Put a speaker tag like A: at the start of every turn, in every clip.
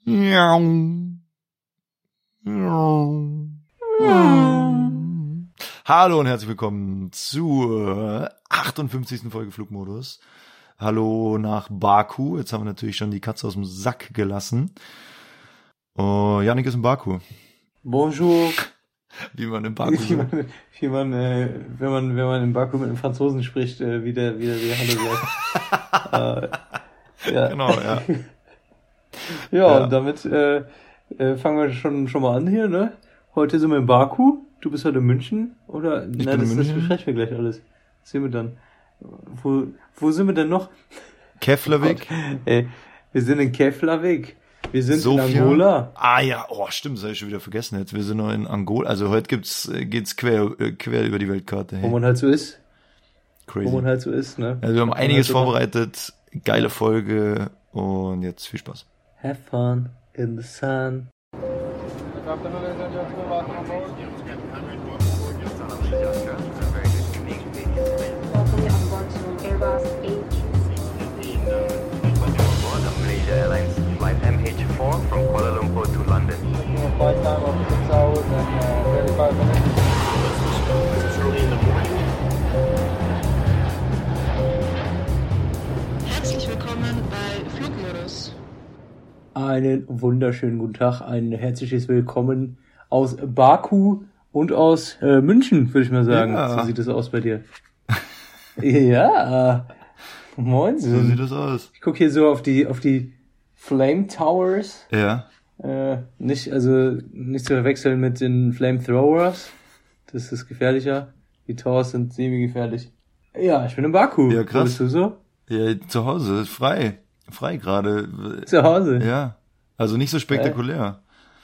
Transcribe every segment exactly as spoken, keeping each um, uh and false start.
A: Ja. Hallo und herzlich willkommen zur achtundfünfzigsten Folge Flugmodus. Hallo nach Baku. Jetzt haben wir natürlich schon die Katze aus dem Sack gelassen. Oh, Yannick ist in Baku.
B: Bonjour.
A: Wie man in Baku
B: wie man, wie man äh, wenn man wenn man in Baku mit einem Franzosen spricht, äh, wie der wie der wie Hallo sagt. äh, ja.
A: Genau, ja.
B: ja,
A: Ja.
B: Und damit äh, äh, fangen wir schon schon mal an hier, ne? Heute sind wir in Baku. Du bist heute in München, oder?
A: Ich
B: Nein,
A: bin
B: das,
A: in
B: das
A: München.
B: besprechen wir gleich alles. Was sehen wir dann? Wo wo sind wir denn noch?
A: Keflavik.
B: Ey, wir sind in Keflavik. Wir sind
A: Sofia.
B: in Angola.
A: Ah ja, oh stimmt, das habe ich schon wieder vergessen jetzt. Wir sind noch in Angola. Also heute gibt's äh, geht's quer äh, quer über die Weltkarte.
B: Wo
A: Hey.
B: man halt so ist.
A: Crazy.
B: Wo man halt so ist, ne?
A: Also wir haben
B: Man
A: einiges
B: halt so
A: vorbereitet. Geile Folge und jetzt viel Spaß.
B: Have fun in the sun.
C: Welcome on board to Airbus A three eighty.
D: Board of Malaysia Airlines flight M H four from Kuala Lumpur to London.
B: Flight time of six hours and uh, thirty-five minutes.
E: Herzlich willkommen bei Flugmodus.
B: Einen wunderschönen guten Tag, ein herzliches Willkommen aus Baku und aus äh, München, würde ich mal sagen.
A: Ja.
B: So sieht es aus bei dir. Ja, moin.
A: So sieht das aus.
B: Ich gucke hier so auf die auf die Flame Towers.
A: Ja.
B: Äh, nicht, also nicht zu verwechseln mit den Flamethrowers. Das ist gefährlicher. Die Towers sind semi-gefährlich. Ja, ich bin in Baku.
A: Ja, krass.
B: Wo bist du so?
A: Ja, zu Hause, frei. Frei gerade.
B: Zu Hause.
A: Ja. Also nicht so spektakulär.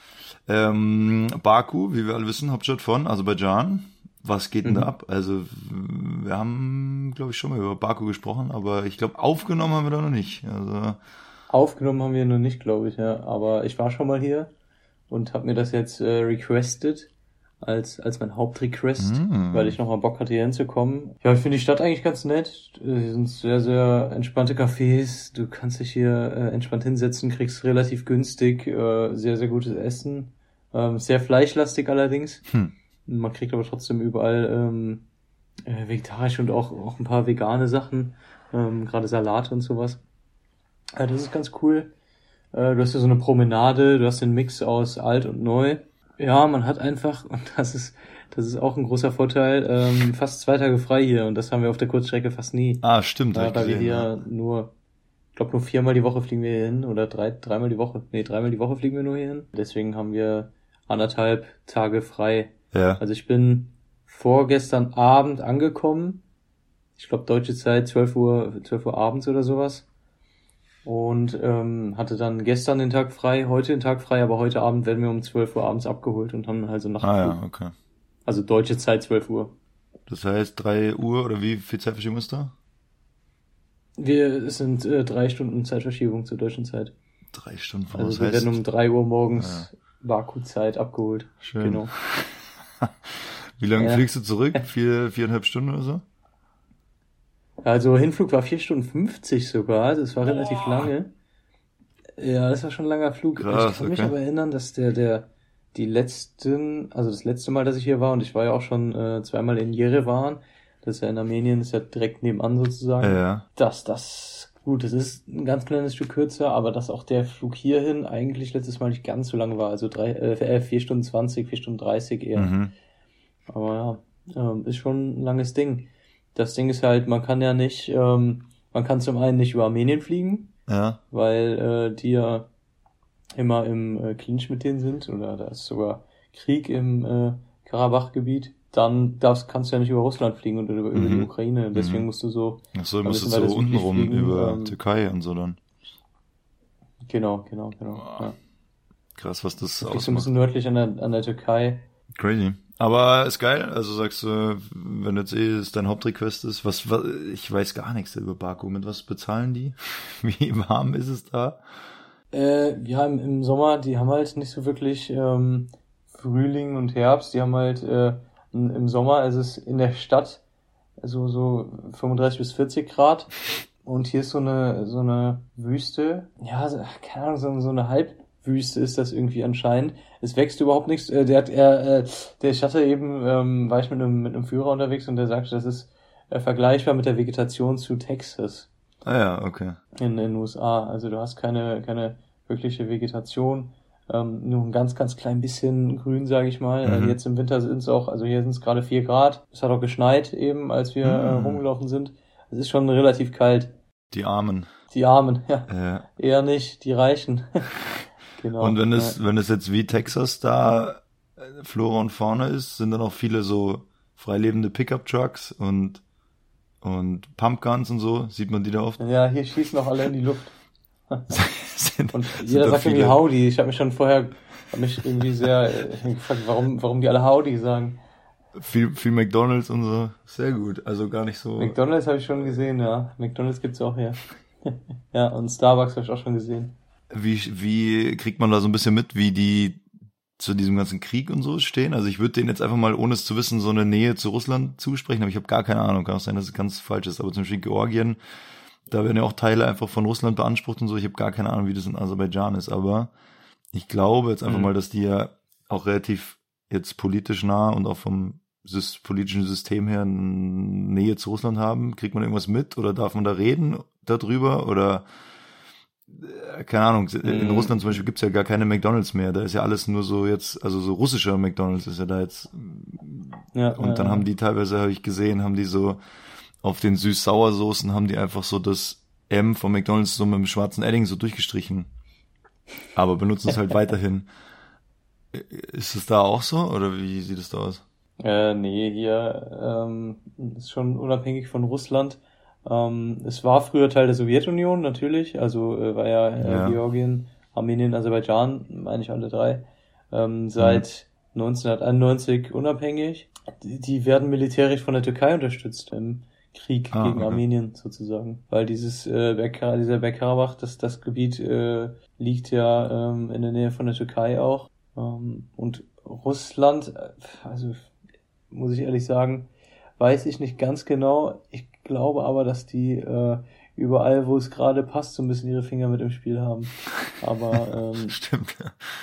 A: Ähm, Baku, wie wir alle wissen, Hauptstadt von Aserbaidschan. Was geht denn
B: Mhm.
A: da ab? Also, wir haben, glaube ich, schon mal über Baku gesprochen, aber ich glaube, aufgenommen haben wir da noch nicht. Also,
B: Aufgenommen haben wir noch nicht, glaube ich, ja. Aber ich war schon mal hier und habe mir das jetzt äh, requested als als mein Hauptrequest,
A: Mm.
B: weil ich noch mal Bock hatte, hier hinzukommen. Ja, ich finde die Stadt eigentlich ganz nett. Äh, Hier sind sehr, sehr entspannte Cafés. Du kannst dich hier äh, entspannt hinsetzen, kriegst relativ günstig äh, sehr, sehr gutes Essen. Ähm, sehr fleischlastig allerdings.
A: Hm.
B: Man kriegt aber trotzdem überall ähm, äh, vegetarisch und auch, auch ein paar vegane Sachen, ähm, gerade Salate und sowas. Ja, das ist ganz cool. Äh, du hast ja so eine Promenade, du hast den Mix aus alt und neu. Ja, man hat einfach, und das ist, das ist auch ein großer Vorteil, ähm, fast zwei Tage frei hier und das haben wir auf der Kurzstrecke fast nie.
A: ah, stimmt.
B: Ja,
A: hab ich
B: weil wir
A: gesehen, ja.
B: hier nur, ich glaube nur viermal die Woche fliegen wir hier hin oder drei, dreimal die Woche, nee, dreimal die Woche fliegen wir nur hier hin. Deswegen haben wir anderthalb Tage frei.
A: Ja.
B: Also ich bin vorgestern Abend angekommen. Ich glaube deutsche Zeit zwölf Uhr, zwölf Uhr abends oder sowas. Und ähm, hatte dann gestern den Tag frei, heute den Tag frei, aber heute Abend werden wir um zwölf Uhr abends abgeholt und haben halt so Nachtflug.
A: Ah, ja, okay.
B: Also deutsche Zeit zwölf Uhr.
A: Das heißt, drei Uhr oder wie viel Zeitverschiebung ist da?
B: Wir, es sind äh, drei Stunden Zeitverschiebung zur deutschen Zeit.
A: Drei Stunden von
B: Also
A: was
B: wir
A: heißt?
B: werden um drei Uhr morgens Baku-Zeit abgeholt.
A: Schön.
B: Genau.
A: Wie lange
B: Ja.
A: fliegst du zurück? Vier, viereinhalb Stunden oder so?
B: Also Hinflug war vier Stunden fünfzig sogar, das war relativ lange. Ja, das war schon ein langer Flug.
A: Krass,
B: ich kann mich
A: okay.
B: aber erinnern, dass der, der, die letzten, also das letzte Mal, dass ich hier war, und ich war ja auch schon äh, zweimal in Jerewan, das ist ja in Armenien, das ist ja direkt nebenan sozusagen,
A: Ja, ja.
B: dass das, gut, das ist ein ganz kleines Stück kürzer, aber dass auch der Flug hierhin eigentlich letztes Mal nicht ganz so lang war, also drei, äh, vier Stunden zwanzig, vier Stunden dreißig eher.
A: Mhm.
B: Aber ja, ähm, ist schon ein langes Ding. Das Ding ist halt, man kann ja nicht, ähm, man kann zum einen nicht über Armenien fliegen,
A: Ja.
B: weil äh, die ja immer im äh, Clinch mit denen sind, oder da ist sogar Krieg im äh, Karabach-Gebiet. Dann darfst, kannst du ja nicht über Russland fliegen oder über, über die
A: Mhm.
B: Ukraine. Deswegen
A: Mhm.
B: musst du so,
A: Ach so, du
B: Da
A: musst
B: müssen
A: jetzt
B: wir
A: so
B: das
A: unten
B: wirklich
A: rum
B: fliegen,
A: über
B: ähm,
A: Türkei und so dann.
B: genau, genau, genau.
A: Boah.
B: Ja.
A: Krass, was das
B: Du fliegst so ein
A: ausmacht.
B: bisschen nördlich an der, an der Türkei.
A: Crazy. Aber ist geil, also sagst du, wenn jetzt eh es dein Hauptrequest ist, was, was, ich weiß gar nichts über Baku, mit was bezahlen die? Wie warm ist es da?
B: Äh, ja, im, im Sommer, die haben halt nicht so wirklich ähm, Frühling und Herbst. Die haben halt äh, im im Sommer ist es in der Stadt so so fünfunddreißig bis vierzig Grad und hier ist so eine so eine Wüste, ja, so, keine Ahnung, so, so eine halb Wüste ist das irgendwie anscheinend. Es wächst überhaupt nichts. Äh, der hat, er, äh, der, ich hatte eben, ähm, war ich mit einem, mit einem Führer unterwegs und der sagte, das ist äh, vergleichbar mit der Vegetation zu Texas.
A: Ah ja, okay.
B: In den U S A. Also du hast keine, keine wirkliche Vegetation. Ähm, nur ein ganz, ganz klein bisschen grün, sage ich mal.
A: Mhm.
B: Äh, jetzt im Winter sind es auch, also hier sind es gerade vier Grad. Es hat auch geschneit eben, als wir
A: Mhm.
B: äh, rumgelaufen sind. Es ist schon relativ kalt.
A: Die Armen.
B: Die Armen, ja.
A: Ja.
B: Eher nicht, die Reichen. Genau.
A: Und wenn es,
B: ja.
A: wenn es jetzt wie Texas da äh, Flora und Fauna ist, sind dann auch viele so freilebende Pickup-Trucks und, und Pumpguns und so. Sieht man die da oft?
B: Ja, hier schießen auch alle in die Luft.
A: sind,
B: Und
A: sind
B: jeder
A: da
B: sagt irgendwie
A: viele-
B: Howdy. Ich habe mich schon vorher, hab mich irgendwie sehr äh, gefragt, warum, warum die alle Howdy sagen.
A: Viel, viel McDonald's und so. Sehr gut. Also gar nicht so.
B: McDonald's habe ich schon gesehen, ja. McDonald's gibt's auch hier. Ja, und Starbucks habe ich auch schon gesehen.
A: Wie, wie kriegt man da so ein bisschen mit, wie die zu diesem ganzen Krieg und so stehen? Also ich würde denen jetzt einfach mal, ohne es zu wissen, so eine Nähe zu Russland zusprechen, aber ich habe gar keine Ahnung. Kann auch sein, dass es ganz falsch ist. Aber zum Beispiel Georgien, da werden ja auch Teile einfach von Russland beansprucht und so. Ich habe gar keine Ahnung, wie das in Aserbaidschan ist. Aber ich glaube jetzt einfach
B: Mhm.
A: mal, dass die ja auch relativ jetzt politisch nah und auch vom sys- politischen System her eine Nähe zu Russland haben. Kriegt man irgendwas mit oder darf man da reden darüber oder äh, keine Ahnung, in
B: Mhm.
A: Russland zum Beispiel gibt's ja gar keine McDonald's mehr. Da ist ja alles nur so jetzt, also so russischer McDonald's ist ja da jetzt.
B: Ja,
A: Und
B: ja,
A: dann
B: ja.
A: haben die teilweise, habe ich gesehen, haben die so auf den Süß-Sauer-Soßen haben die einfach so das M von McDonald's so mit dem schwarzen Edding so durchgestrichen. Aber benutzen es halt weiterhin. Ist es da auch so oder wie sieht es da aus?
B: Äh, nee, hier ähm, ist schon unabhängig von Russland. Ähm, es war früher Teil der Sowjetunion, natürlich. Also äh, war ja, äh,
A: Ja.
B: Georgien, Armenien, Aserbaidschan, meine ich alle drei, ähm, seit neunzehnhunderteinundneunzig unabhängig. Die, die werden militärisch von der Türkei unterstützt im Krieg
A: Ah,
B: gegen
A: okay.
B: Armenien sozusagen. Weil dieses äh, Berg, dieser Bergkarabach, das, das Gebiet äh, liegt ja ähm, in der Nähe von der Türkei auch. Ähm, und Russland, äh, also muss ich ehrlich sagen, weiß ich nicht ganz genau. Ich glaube aber, dass die äh, überall, wo es gerade passt, so ein bisschen ihre Finger mit im Spiel haben. Aber ähm,
A: Stimmt.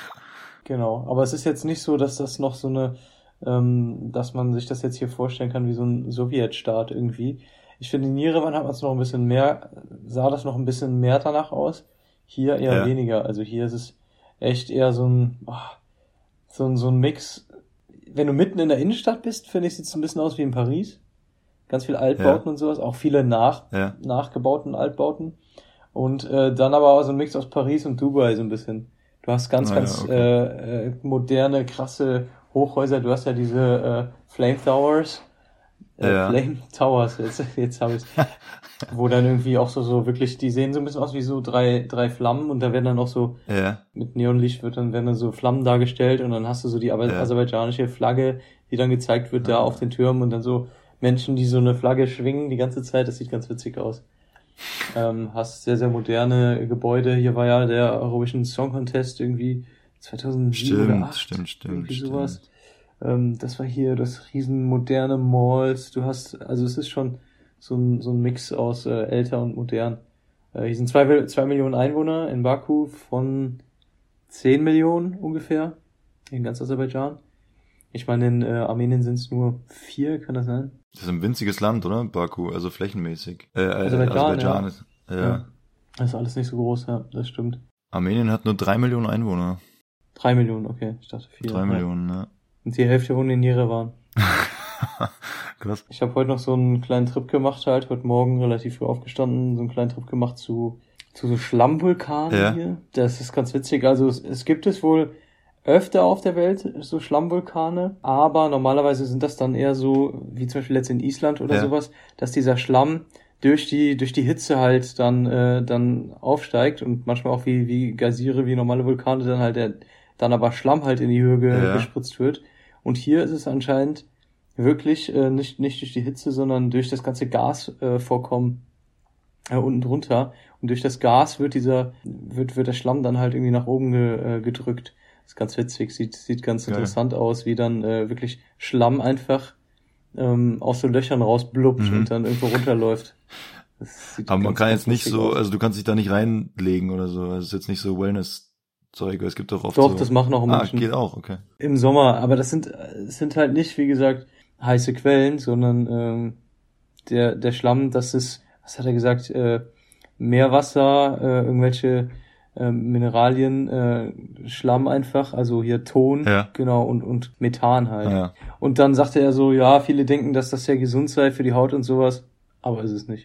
B: genau. Aber es ist jetzt nicht so, dass das noch so eine, ähm, dass man sich das jetzt hier vorstellen kann wie so ein Sowjetstaat irgendwie. Ich finde, in Jerewan hat man es noch ein bisschen mehr, sah das noch ein bisschen mehr danach aus. Hier eher
A: Ja.
B: weniger. Also hier ist es echt eher so ein, ah, so ein, so ein Mix. Wenn du mitten in der Innenstadt bist, finde ich, sieht es ein bisschen aus wie in Paris. Ganz viel Altbauten
A: Ja.
B: und sowas, auch viele nach,
A: Ja.
B: nachgebauten Altbauten. Und äh, dann aber auch so ein Mix aus Paris und Dubai so ein bisschen. Du hast ganz,
A: Ah, ja,
B: ganz
A: okay.
B: äh, äh, moderne, krasse Hochhäuser. Du hast ja diese äh, Flame Towers. Äh,
A: Ja.
B: Flame Towers, jetzt, jetzt habe ich wo dann irgendwie auch so, so wirklich, die sehen so ein bisschen aus wie so drei, drei Flammen und da werden dann auch so
A: Ja.
B: mit Neonlicht wird dann werden dann so Flammen dargestellt und dann hast du so die aber-
A: Ja.
B: aserbaidschanische Flagge, die dann gezeigt wird da auf den Türmen und dann so Menschen, die so eine Flagge schwingen die ganze Zeit. Das sieht ganz witzig aus. Ähm, hast sehr, sehr moderne Gebäude. Hier war ja der Eurovision Song Contest irgendwie zweitausendsieben oder
A: Stimmt,
B: acht,
A: stimmt, stimmt,
B: irgendwie
A: stimmt.
B: sowas. Ähm, das war hier das riesen moderne Malls. Du hast, also es ist schon so ein, so ein Mix aus äh, älter und modern. Äh, hier sind zwei, zwei Millionen Einwohner in Baku von zehn Millionen ungefähr in ganz Aserbaidschan. Ich meine, in äh, Armenien sind es nur vier, kann das sein?
A: Das ist ein winziges Land, oder? Baku, also flächenmäßig. Äh, äh,
B: Aserbaidschan,
A: Aserbaidschan
B: ja.
A: ist, ja.
B: Ja. Das ist alles nicht so groß, ja, das stimmt.
A: Armenien hat nur drei Millionen Einwohner.
B: Drei Millionen, okay, ich dachte vier.
A: Drei
B: ja.
A: Millionen, ne?
B: Und die Hälfte wohnen in Jerewan.
A: Krass.
B: Ich habe heute noch so einen kleinen Trip gemacht, halt, heute Morgen relativ früh aufgestanden, so einen kleinen Trip gemacht zu, zu so Schlammvulkanen
A: Ja.
B: hier. Das ist ganz witzig. Also es, es gibt es wohl öfter auf der Welt, so Schlammvulkane, aber normalerweise sind das dann eher so, wie zum Beispiel jetzt in Island oder
A: Ja.
B: sowas, dass dieser Schlamm durch die durch die Hitze halt dann äh, dann aufsteigt und manchmal auch wie wie Geysire, wie normale Vulkane dann halt der dann aber Schlamm halt in die Höhe ge
A: Ja.
B: gespritzt wird. Und hier ist es anscheinend wirklich äh, nicht nicht durch die Hitze, sondern durch das ganze Gasvorkommen äh, Vorkommen, äh, unten drunter. Und durch das Gas wird dieser wird wird der Schlamm dann halt irgendwie nach oben ge, äh, gedrückt. Das ist ganz witzig, sieht sieht ganz
A: Geil.
B: interessant aus, wie dann äh, wirklich Schlamm einfach ähm, aus so Löchern rausblubbt
A: Mhm.
B: und dann irgendwo runterläuft. Das sieht
A: Aber man
B: ganz,
A: kann
B: ganz
A: jetzt nicht
B: lustig
A: so,
B: aus.
A: also du kannst dich da nicht reinlegen oder so. Also es ist jetzt nicht so Wellness Zeug. Es gibt doch oft
B: Doch,
A: so...
B: das machen auch
A: Ah,
B: Menschen
A: geht auch, okay.
B: im Sommer. Aber das sind, es sind halt nicht, wie gesagt, heiße Quellen, sondern ähm, der, der Schlamm, das ist, was hat er gesagt, äh, Meerwasser, äh, irgendwelche äh, Mineralien, äh, Schlamm einfach, also hier Ton,
A: Ja.
B: genau, und, und Methan halt.
A: Ah, ja.
B: Und dann sagte er so, ja, viele denken, dass das ja gesund sei für die Haut und sowas, aber ist es nicht.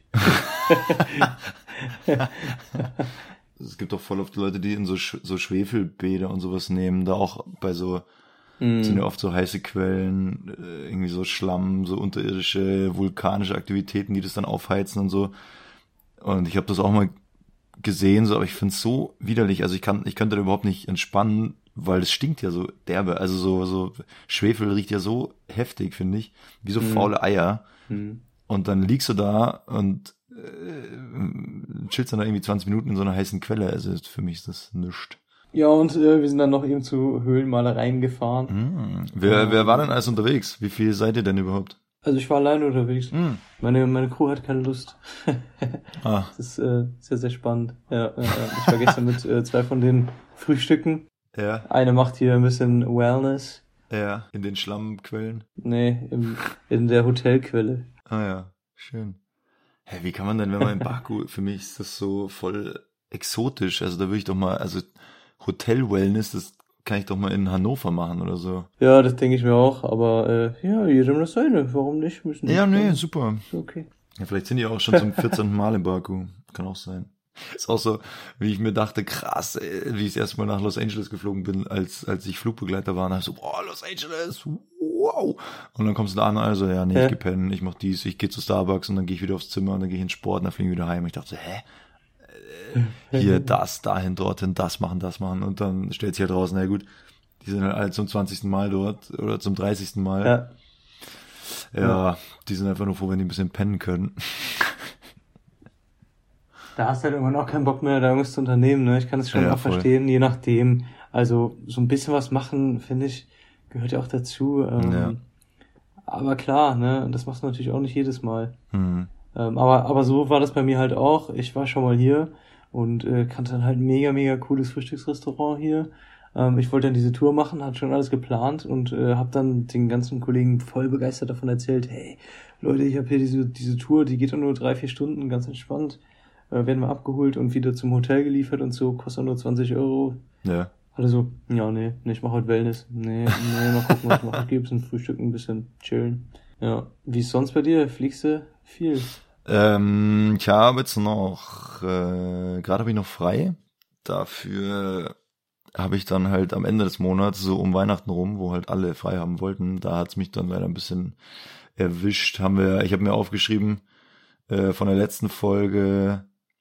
A: Es gibt auch voll oft Leute, die in so, Sch- so Schwefelbäder und sowas nehmen, da auch bei so, sind ja oft so heiße Quellen, äh, irgendwie so Schlamm, so unterirdische, vulkanische Aktivitäten, die das dann aufheizen und so. Und ich habe das auch mal gesehen, so, aber ich find's so widerlich, also ich kann, ich könnte da überhaupt nicht entspannen, weil es stinkt ja so derbe, also so, so, Schwefel riecht ja so heftig, finde ich, wie so faule Eier.
B: Mhm.
A: Und dann liegst du da und äh, chillst dann da irgendwie zwanzig Minuten in so einer heißen Quelle. Also für mich ist das nichts.
B: Ja, und äh, wir sind dann noch eben zu Höhlenmalereien gefahren.
A: Hm. Wer, wer war denn alles unterwegs? Wie viel seid ihr denn überhaupt?
B: Also ich war alleine unterwegs.
A: Hm.
B: Meine meine Crew hat keine Lust.
A: Ah,
B: Das ist äh, sehr, sehr spannend. Ja, äh, ich war gestern mit äh, zwei von den Frühstücken.
A: ja,
B: Eine macht hier ein bisschen Wellness.
A: ja, in den Schlammquellen.
B: Nee, im, in der Hotelquelle.
A: Ah ja, schön. Hä, wie kann man denn, wenn man in Baku, für mich ist das so voll exotisch. Also da würde ich doch mal, also Hotel-Wellness, das kann ich doch mal in Hannover machen oder so.
B: Ja, das denke ich mir auch, aber äh, ja, jedem das seine. Warum nicht? Müssen
A: Ja,
B: nicht
A: nee,
B: sein.
A: super.
B: Okay.
A: Ja, vielleicht sind die auch schon zum vierzehnten Mal in Baku. Kann auch sein. Ist auch so, wie ich mir dachte, krass, ey, wie ich das erste Mal nach Los Angeles geflogen bin, als als ich Flugbegleiter war, und hab ich so, boah, Los Angeles, wow. Und dann kommst du da an, also, ja, nee,
B: Ja.
A: ich geh pennen, ich mach dies, ich gehe zu Starbucks und dann gehe ich wieder aufs Zimmer und dann gehe ich in Sport und dann fliege ich wieder heim. Und ich dachte so, hä? Äh, Hier, das, dahin, dorthin, das machen, das machen. Und dann stellt sich halt raus, na gut, die sind halt alle zum zwanzigsten Mal dort oder zum dreißigsten Mal.
B: Ja.
A: Ja, die sind einfach nur froh, wenn die ein bisschen pennen können.
B: Da hast du halt irgendwann auch keinen Bock mehr, da irgendwas zu unternehmen, ne? Ich kann es schon
A: Ja,
B: auch
A: voll.
B: verstehen, je nachdem. Also, so ein bisschen was machen, finde ich, gehört ja auch dazu. Ähm,
A: Ja.
B: Aber klar, ne? Das machst du natürlich auch nicht jedes Mal.
A: Hm.
B: Ähm, aber, aber so war das bei mir halt auch. Ich war schon mal hier und äh, kannte dann halt ein mega, mega cooles Frühstücksrestaurant hier. Ähm, ich wollte dann diese Tour machen, hatte schon alles geplant und äh, habe dann den ganzen Kollegen voll begeistert davon erzählt, hey, Leute, ich habe hier diese diese Tour, die geht doch nur drei, vier Stunden, ganz entspannt. Äh, werden wir abgeholt und wieder zum Hotel geliefert und so, kostet nur zwanzig Euro.
A: Ja.
B: Alle so, ja, nee, nee, ich mache heute Wellness. Nee, nee, mal gucken, was ich mache. Ich gehe ein bisschen frühstücken, ein bisschen chillen. Ja. Wie ist sonst bei dir? Fliegst du viel?
A: Ähm, ich habe jetzt noch, äh, gerade habe ich noch frei. Dafür habe ich dann halt am Ende des Monats, so um Weihnachten rum, wo halt alle frei haben wollten, da hat's mich dann leider ein bisschen erwischt. Haben wir, ich habe mir aufgeschrieben, äh, von der letzten Folge,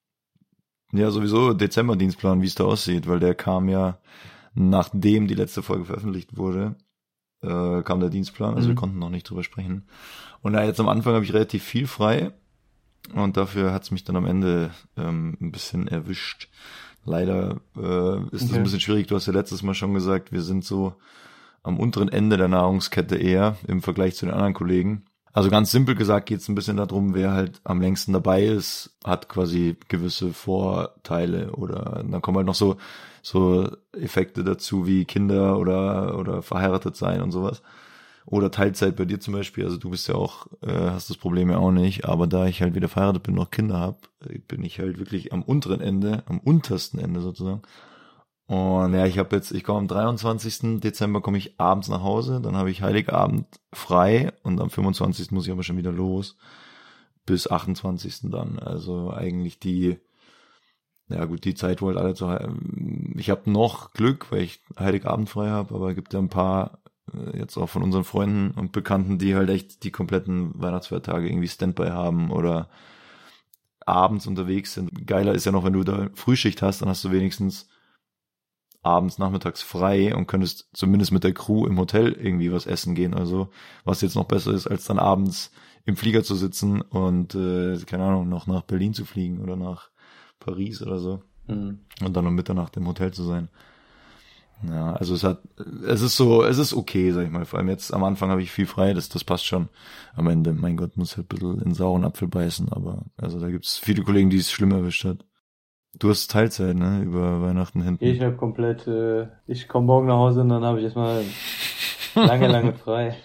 A: ja sowieso Dezember-Dienstplan, wie es da aussieht, weil der kam ja, nachdem die letzte Folge veröffentlicht wurde, äh, kam der Dienstplan, also
B: Mhm.
A: wir konnten noch nicht drüber sprechen. Und da jetzt am Anfang habe ich relativ viel frei und dafür hat's mich dann am Ende ähm, ein bisschen erwischt. Leider äh, ist es
B: Okay.
A: ein bisschen schwierig, du hast ja letztes Mal schon gesagt, wir sind so am unteren Ende der Nahrungskette eher im Vergleich zu den anderen Kollegen. Also ganz simpel gesagt geht es ein bisschen darum, wer halt am längsten dabei ist, hat quasi gewisse Vorteile oder dann kommen halt noch so so Effekte dazu wie Kinder oder oder verheiratet sein und sowas. Oder Teilzeit bei dir zum Beispiel, also du bist ja auch, äh, hast das Problem ja auch nicht, aber da ich halt wieder verheiratet bin, noch Kinder habe, bin ich halt wirklich am unteren Ende, am untersten Ende sozusagen. Und ja, ich habe jetzt, ich komme am dreiundzwanzigsten Dezember komme ich abends nach Hause, dann habe ich Heiligabend frei und am fünfundzwanzigsten muss ich aber schon wieder los, bis achtundzwanzigsten dann, also eigentlich die, ja gut, die Zeit, wo halt alle zu, ich habe noch Glück, weil ich Heiligabend frei habe, aber es gibt ja ein paar, jetzt auch von unseren Freunden und Bekannten, die halt echt die kompletten Weihnachtsfeiertage irgendwie Standby haben oder abends unterwegs sind. Geiler ist ja noch, wenn du da Frühschicht hast, dann hast du wenigstens abends, nachmittags frei und könntest zumindest mit der Crew im Hotel irgendwie was essen gehen. Also was jetzt noch besser ist, als dann abends im Flieger zu sitzen und, äh, keine Ahnung, noch nach Berlin zu fliegen oder nach Paris oder so.
B: Mhm.
A: Und dann um Mitternacht im Hotel zu sein. Ja, also es hat, es ist so, es ist okay, sag ich mal. Vor allem jetzt am Anfang habe ich viel frei, das, das passt schon. Am Ende, mein Gott, muss halt ein bisschen in sauren Apfel beißen, aber also da gibt's viele Kollegen, die es schlimm erwischt hat. Du hast Teilzeit, ne? Über Weihnachten hinten.
B: Ich habe komplett, äh, ich komme morgen nach Hause und dann habe ich erstmal lange, lange frei.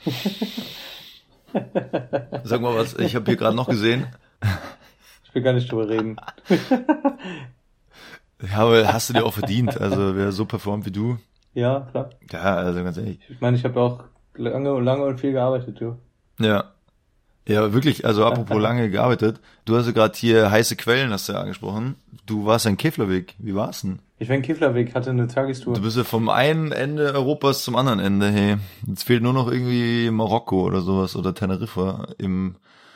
A: Sag mal was, ich habe hier gerade noch gesehen.
B: Ich will gar nicht drüber reden.
A: Ja, aber hast du dir auch verdient. Also wer so performt wie du.
B: Ja, klar.
A: Ja, also ganz ehrlich.
B: Ich meine, ich habe auch lange und lange und viel gearbeitet, du.
A: Ja. Ja, wirklich, also apropos lange gearbeitet. Du hast ja gerade hier heiße Quellen, hast du ja angesprochen. Du warst ja in Keflavik. Wie war's denn?
B: Ich war in Keflavik, hatte eine Tagestour.
A: Du bist ja vom einen Ende Europas zum anderen Ende, hey. Jetzt fehlt nur noch irgendwie Marokko oder sowas oder Teneriffa im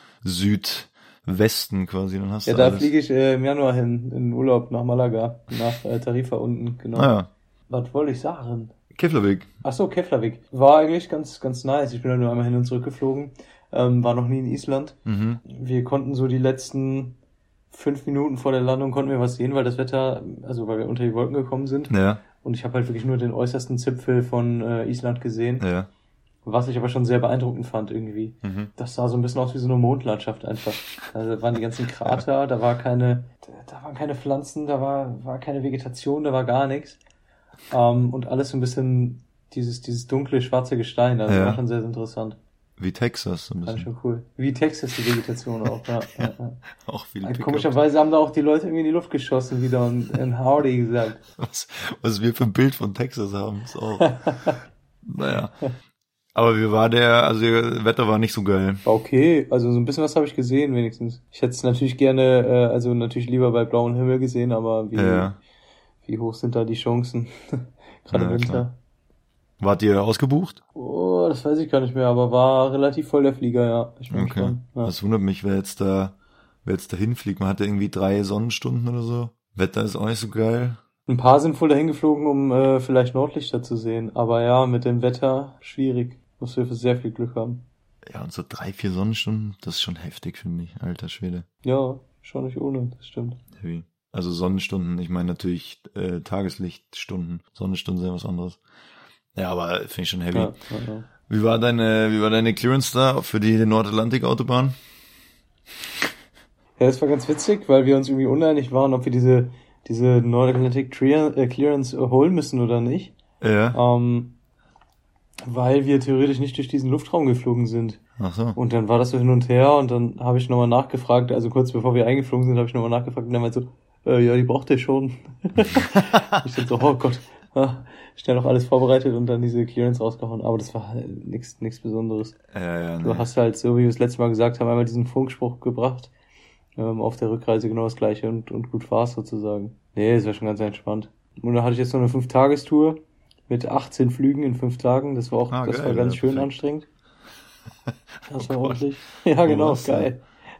A: Südwesten quasi. Dann hast
B: Ja,
A: du
B: da
A: alles.
B: fliege ich äh, im Januar hin, in Urlaub nach Malaga, nach äh, Tarifa unten, genau.
A: Ah ja,
B: Was wollte ich sagen?
A: Keflavik.
B: Ach so, Keflavik. War eigentlich ganz, ganz nice. Ich bin da nur einmal hin und zurück geflogen. Ähm, war noch nie in Island.
A: Mhm.
B: Wir konnten so die letzten fünf Minuten vor der Landung konnten wir was sehen, weil das Wetter, also weil wir unter die Wolken gekommen sind.
A: Ja,
B: Und ich habe halt wirklich nur den äußersten Zipfel von äh, Island gesehen.
A: ja.
B: Was ich aber schon sehr beeindruckend fand irgendwie.
A: Mhm.
B: Das sah so ein bisschen aus wie so eine Mondlandschaft einfach. Also da waren die ganzen Krater, da war keine, da waren keine Pflanzen, da war, war keine Vegetation, da war gar nichts. Ähm, und alles so ein bisschen dieses, dieses dunkle, schwarze Gestein, also
A: Ja.
B: war schon sehr, sehr interessant.
A: Wie Texas so ein
B: Fand ich
A: bisschen.
B: schon cool. Wie Texas die Vegetation auch, ja. ja, ja.
A: Auch viele
B: Also
A: Pickups.
B: komischerweise haben da auch die Leute irgendwie in die Luft geschossen wieder und in Howdy gesagt.
A: Was, was wir für ein Bild von Texas haben, ist auch. Naja. Aber wie war der, also das Wetter war nicht so geil.
B: War okay, also so ein bisschen was habe ich gesehen wenigstens. Ich hätte es natürlich gerne, äh, also natürlich lieber bei blauem Himmel gesehen, aber wie,
A: Ja.
B: wie hoch sind da die Chancen? Gerade
A: Ja,
B: im Winter.
A: klar. Wart ihr ausgebucht?
B: Oh, das weiß ich gar nicht mehr, aber war relativ voll der Flieger, ja. Ich bin
A: Okay.
B: gespannt. Ja.
A: Das wundert mich, wer jetzt da, wer jetzt da hinfliegt. Man hatte irgendwie drei Sonnenstunden oder so. Wetter ist auch nicht so geil.
B: Ein paar sind wohl dahin geflogen, um äh, vielleicht Nordlichter zu sehen, aber ja, mit dem Wetter schwierig. Musst du für sehr viel Glück haben.
A: Ja, und so drei, vier Sonnenstunden, das ist schon heftig, finde ich. Alter Schwede.
B: Ja, schon nicht ohne, das stimmt.
A: Heavy. Also Sonnenstunden, ich meine natürlich äh, Tageslichtstunden. Sonnenstunden sind ja was anderes. Ja, aber finde ich schon heavy.
B: Ja, ja, ja.
A: Wie war deine, wie war deine Clearance da für die Nordatlantik-Autobahn?
B: Ja, das war ganz witzig, weil wir uns irgendwie uneinig waren, ob wir diese, diese Nordatlantic Clear- äh, Clearance holen müssen oder nicht.
A: Ja.
B: Ähm, weil wir theoretisch nicht durch diesen Luftraum geflogen sind.
A: Ach so.
B: Und dann war das so hin und her und dann habe ich nochmal nachgefragt, also kurz bevor wir eingeflogen sind, habe ich nochmal nachgefragt und dann meinte so, äh, ja, die braucht ihr schon. Ich dachte so, oh Gott, ah, schnell noch alles vorbereitet und dann diese Clearance rausgehauen. Aber das war halt nichts nichts Besonderes.
A: Ja, ja,
B: Du
A: nee.
B: hast halt, so wie wir es letztes Mal gesagt haben, einmal diesen Funkspruch gebracht. Ähm, auf der Rückreise genau das gleiche und, und gut war's sozusagen. Nee, es war schon ganz entspannt. Und dann hatte ich jetzt noch eine fünf-Tagestour mit achtzehn Flügen in fünf Tagen. Das war auch,
A: Ah,
B: das
A: geil,
B: war ganz
A: ja,
B: schön
A: perfekt.
B: anstrengend. Das war
A: Oh Gott.
B: ordentlich. Ja, genau,
A: warst du?
B: geil.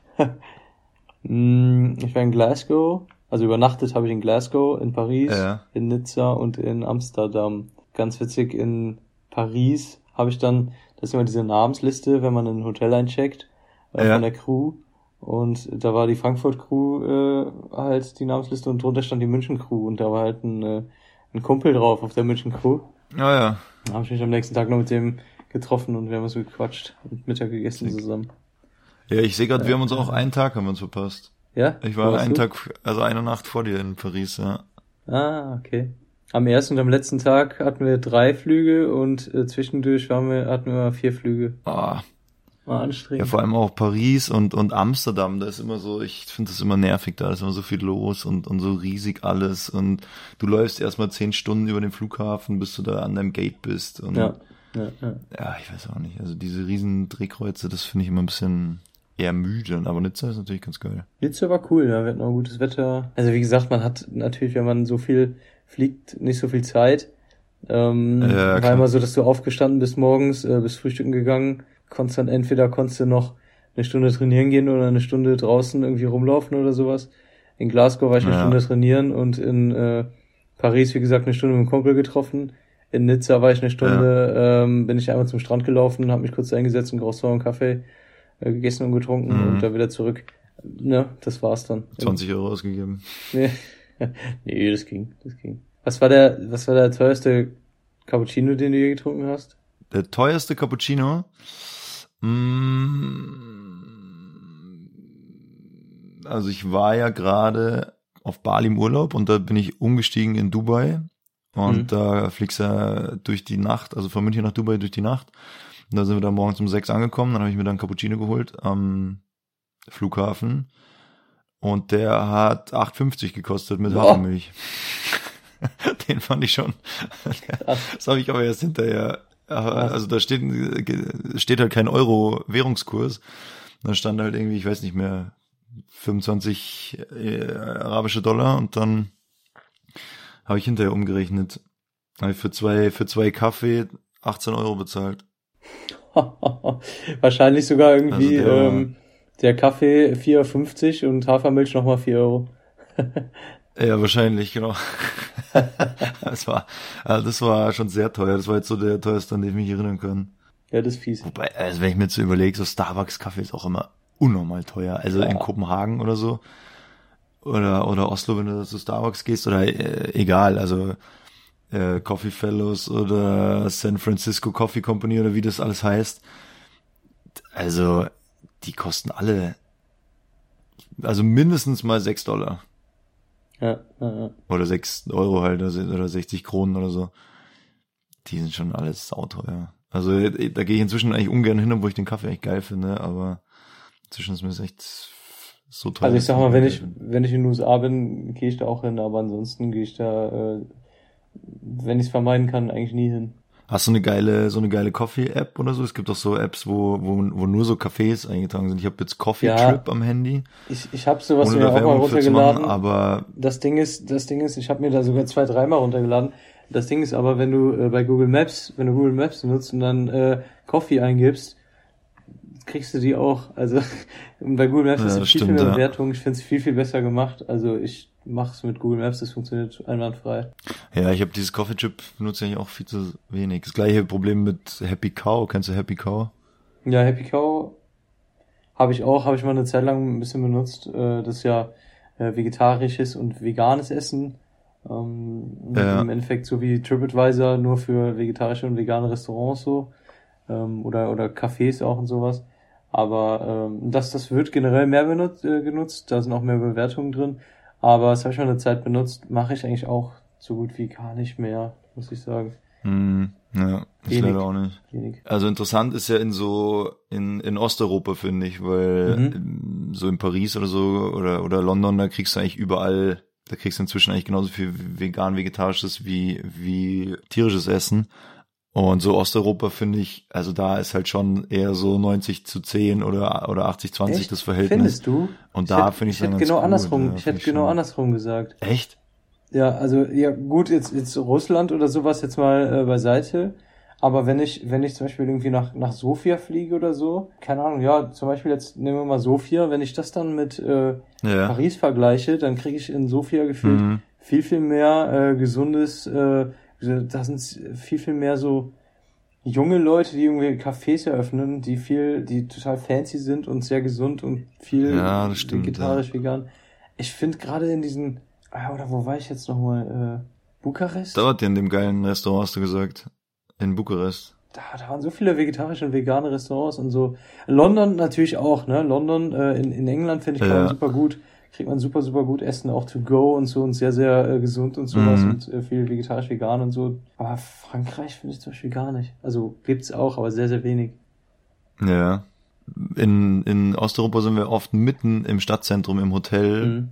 B: Mm, Ich war in Glasgow. Also übernachtet habe ich in Glasgow, in Paris,
A: Ja.
B: in Nizza und in Amsterdam. Ganz witzig, in Paris habe ich dann, das ist immer diese Namensliste, wenn man in ein Hotel eincheckt, äh,
A: Ja.
B: von der Crew. Und da war die Frankfurt-Crew äh, halt die Namensliste und drunter stand die München-Crew und da war halt ein, äh, ein Kumpel drauf auf der München-Crew.
A: Ja, ja.
B: Da habe ich mich am nächsten Tag noch mit dem getroffen und wir haben so gequatscht und Mittag gegessen
A: Sick.
B: zusammen.
A: Ja, ich sehe gerade, wir haben uns auch einen Tag haben wir uns verpasst.
B: Ja?
A: Ich
B: Wo
A: war
B: warst
A: einen
B: du?
A: Tag, also eine Nacht vor dir in Paris, ja.
B: Ah, okay. Am ersten und am letzten Tag hatten wir drei Flüge und äh, zwischendurch waren wir, hatten wir mal vier Flüge.
A: Ah,
B: War
A: ja,
B: anstrengend.
A: vor allem auch Paris und, und Amsterdam, da ist immer so, ich finde das immer nervig, da ist immer so viel los und, und so riesig alles und du läufst erstmal zehn Stunden über den Flughafen, bis du da an deinem Gate bist und
B: Ja, ja, ja.
A: ja, ich weiß auch nicht, also diese riesen Drehkreuze, das finde ich immer ein bisschen ermüdend, aber Nizza ist natürlich ganz geil.
B: Nizza war cool, ja, wir hatten auch gutes Wetter. Also wie gesagt, man hat natürlich, wenn man so viel fliegt, nicht so viel Zeit. Ähm,
A: Ja,
B: war
A: klar.
B: immer so, dass du aufgestanden bist morgens, äh, bist frühstücken gegangen, konntest dann entweder konntest du noch eine Stunde trainieren gehen oder eine Stunde draußen irgendwie rumlaufen oder sowas. In Glasgow war ich eine
A: Ja.
B: Stunde trainieren und in äh, Paris, wie gesagt, eine Stunde mit dem Kumpel getroffen. In Nizza war ich eine Stunde, ähm, bin ich einmal zum Strand gelaufen, habe mich kurz eingesetzt, ein Croissant und Kaffee äh, gegessen und getrunken
A: Mhm.
B: und dann wieder zurück. Ne, das war's dann.
A: zwanzig Euro ausgegeben.
B: Nee, nee, das ging, das ging. Was war der, was war der teuerste Cappuccino, den du je getrunken hast?
A: Der teuerste Cappuccino? Mm, Also ich war ja gerade auf Bali im Urlaub und da bin ich umgestiegen in Dubai und
B: Mhm.
A: da fliegst du durch die Nacht, also von München nach Dubai durch die Nacht. Und da sind wir dann morgens um sechs angekommen, dann habe ich mir dann Cappuccino geholt am Flughafen und der hat acht fünfzig gekostet mit
B: Boah.
A: Hafermilch. Den fand ich schon. Das habe ich aber erst hinterher. Also da steht, steht halt kein Euro-Währungskurs. Da stand halt irgendwie, ich weiß nicht mehr, fünfundzwanzig äh, arabische Dollar und dann habe ich hinterher umgerechnet. Habe ich für zwei, für zwei Kaffee achtzehn Euro bezahlt.
B: Wahrscheinlich sogar irgendwie
A: Also der-
B: ähm, der Kaffee vier Euro fünfzig und Hafermilch nochmal vier Euro.
A: Ja, wahrscheinlich, genau. Das war, also das war schon sehr teuer. Das war jetzt so der teuerste, an den ich mich erinnern kann.
B: Ja, das ist fies.
A: Wobei, also wenn ich mir jetzt so überlege, so Starbucks-Kaffee ist auch immer unnormal teuer. Also
B: Ja.
A: in Kopenhagen oder so. Oder, oder Oslo, wenn du zu Starbucks gehst, oder äh, egal, also äh, Coffee Fellows oder San Francisco Coffee Company oder wie das alles heißt. Also, die kosten alle, also mindestens mal sechs Dollar.
B: Ja, ja, ja.
A: Oder sechs Euro halt, also- oder sechzig Kronen oder so. Die sind schon alles sauteuer. Also da gehe ich inzwischen eigentlich ungern hin, obwohl ich den Kaffee echt geil finde, aber inzwischen ist mir das echt so teuer.
B: Also ich sag mal, wenn ich,
A: geil finde.
B: wenn ich in den U S A bin, gehe ich da auch hin, aber ansonsten gehe ich da, äh, wenn ich es vermeiden kann, eigentlich nie hin.
A: Hast du eine geile, so eine geile Coffee-App oder so? Es gibt auch so Apps, wo, wo, wo nur so Cafés eingetragen sind. Ich habe jetzt Coffee
B: Ja.
A: Trip am Handy,
B: Ich, ich habe sowas
A: ohne
B: mir
A: da
B: auch mal
A: Werbung für zu machen,
B: runtergeladen.
A: aber
B: Das Ding ist, das Ding ist, ich habe mir da sogar zwei, dreimal runtergeladen. Das Ding ist aber, wenn du äh, bei Google Maps, wenn du Google Maps nutzt und dann äh, Coffee eingibst, kriegst du die auch. Also und bei Google Maps
A: Ja,
B: ist
A: das
B: viel,
A: stimmt,
B: viel mehr
A: ja.
B: Bewertung. Ich finde es viel, viel besser gemacht. Also ich mache es mit Google Maps, das funktioniert einwandfrei.
A: ja, ich habe dieses Coffee Trip benutze ich auch viel zu wenig. Das gleiche Problem mit Happy Cow. Kennst du Happy Cow?
B: Ja, Happy Cow habe ich auch, habe ich mal eine Zeit lang ein bisschen benutzt. Äh, das ist ja äh, vegetarisches und veganes Essen. Ähm,
A: Ja.
B: Im Endeffekt so wie TripAdvisor, nur für vegetarische und vegane Restaurants so. Ähm, oder, oder Cafés auch und sowas. Aber ähm, das, das wird generell mehr benutzt, äh, genutzt. Da sind auch mehr Bewertungen drin. Aber das habe ich mal eine Zeit benutzt. Mache ich eigentlich auch so gut wie gar nicht mehr, muss ich sagen.
A: Hm, ja, ich
B: Wenig.
A: leider auch nicht.
B: Wenig.
A: Also interessant ist ja in so, in, in Osteuropa, finde ich, weil
B: Mhm.
A: ähm, so in Paris oder so oder, oder London, da kriegst du eigentlich überall, da kriegst du inzwischen eigentlich genauso viel vegan, vegetarisches wie, wie tierisches Essen. Und so Osteuropa finde ich, also da ist halt schon eher so neunzig zu zehn oder, oder achtzig zwanzig
B: Echt?
A: das Verhältnis.
B: Findest du?
A: Und
B: Ich
A: da
B: hätte-
A: finde ich
B: ich
A: dann
B: hätte
A: ganz
B: genau
A: cool,
B: andersrum.
A: ja,
B: ich
A: find
B: hätte genau
A: schon.
B: andersrum gesagt.
A: Echt?
B: Ja, also ja gut, jetzt jetzt Russland oder sowas jetzt mal äh, beiseite. Aber wenn ich wenn ich zum Beispiel irgendwie nach nach Sofia fliege oder so, keine Ahnung, ja, zum Beispiel jetzt nehmen wir mal Sofia, wenn ich das dann mit äh,
A: Ja.
B: Paris vergleiche, dann kriege ich in Sofia gefühlt
A: Mhm.
B: viel viel mehr äh, gesundes, äh, da sind viel viel mehr so junge Leute, die irgendwie Cafés eröffnen, die viel, die total fancy sind und sehr gesund und viel
A: Ja, das stimmt,
B: vegetarisch, vegan. Ich finde gerade in diesen, ah, oder wo war ich jetzt nochmal, äh, Bukarest?
A: Da wart ihr in dem geilen Restaurant, hast du gesagt. In Bukarest.
B: Da, da waren so viele vegetarische und vegane Restaurants und so. London natürlich auch, ne? London, äh, in, in England finde ich, kann
A: Ja.
B: man super gut, kriegt man super, super gut Essen, auch to go und so und sehr, sehr äh, gesund und sowas
A: Mhm.
B: und äh, viel vegetarisch, vegan und so. Aber Frankreich finde ich zum Beispiel gar nicht. Also gibt's auch, aber sehr, sehr wenig.
A: Ja. In, in Osteuropa sind wir oft mitten im Stadtzentrum im Hotel,
B: Mhm.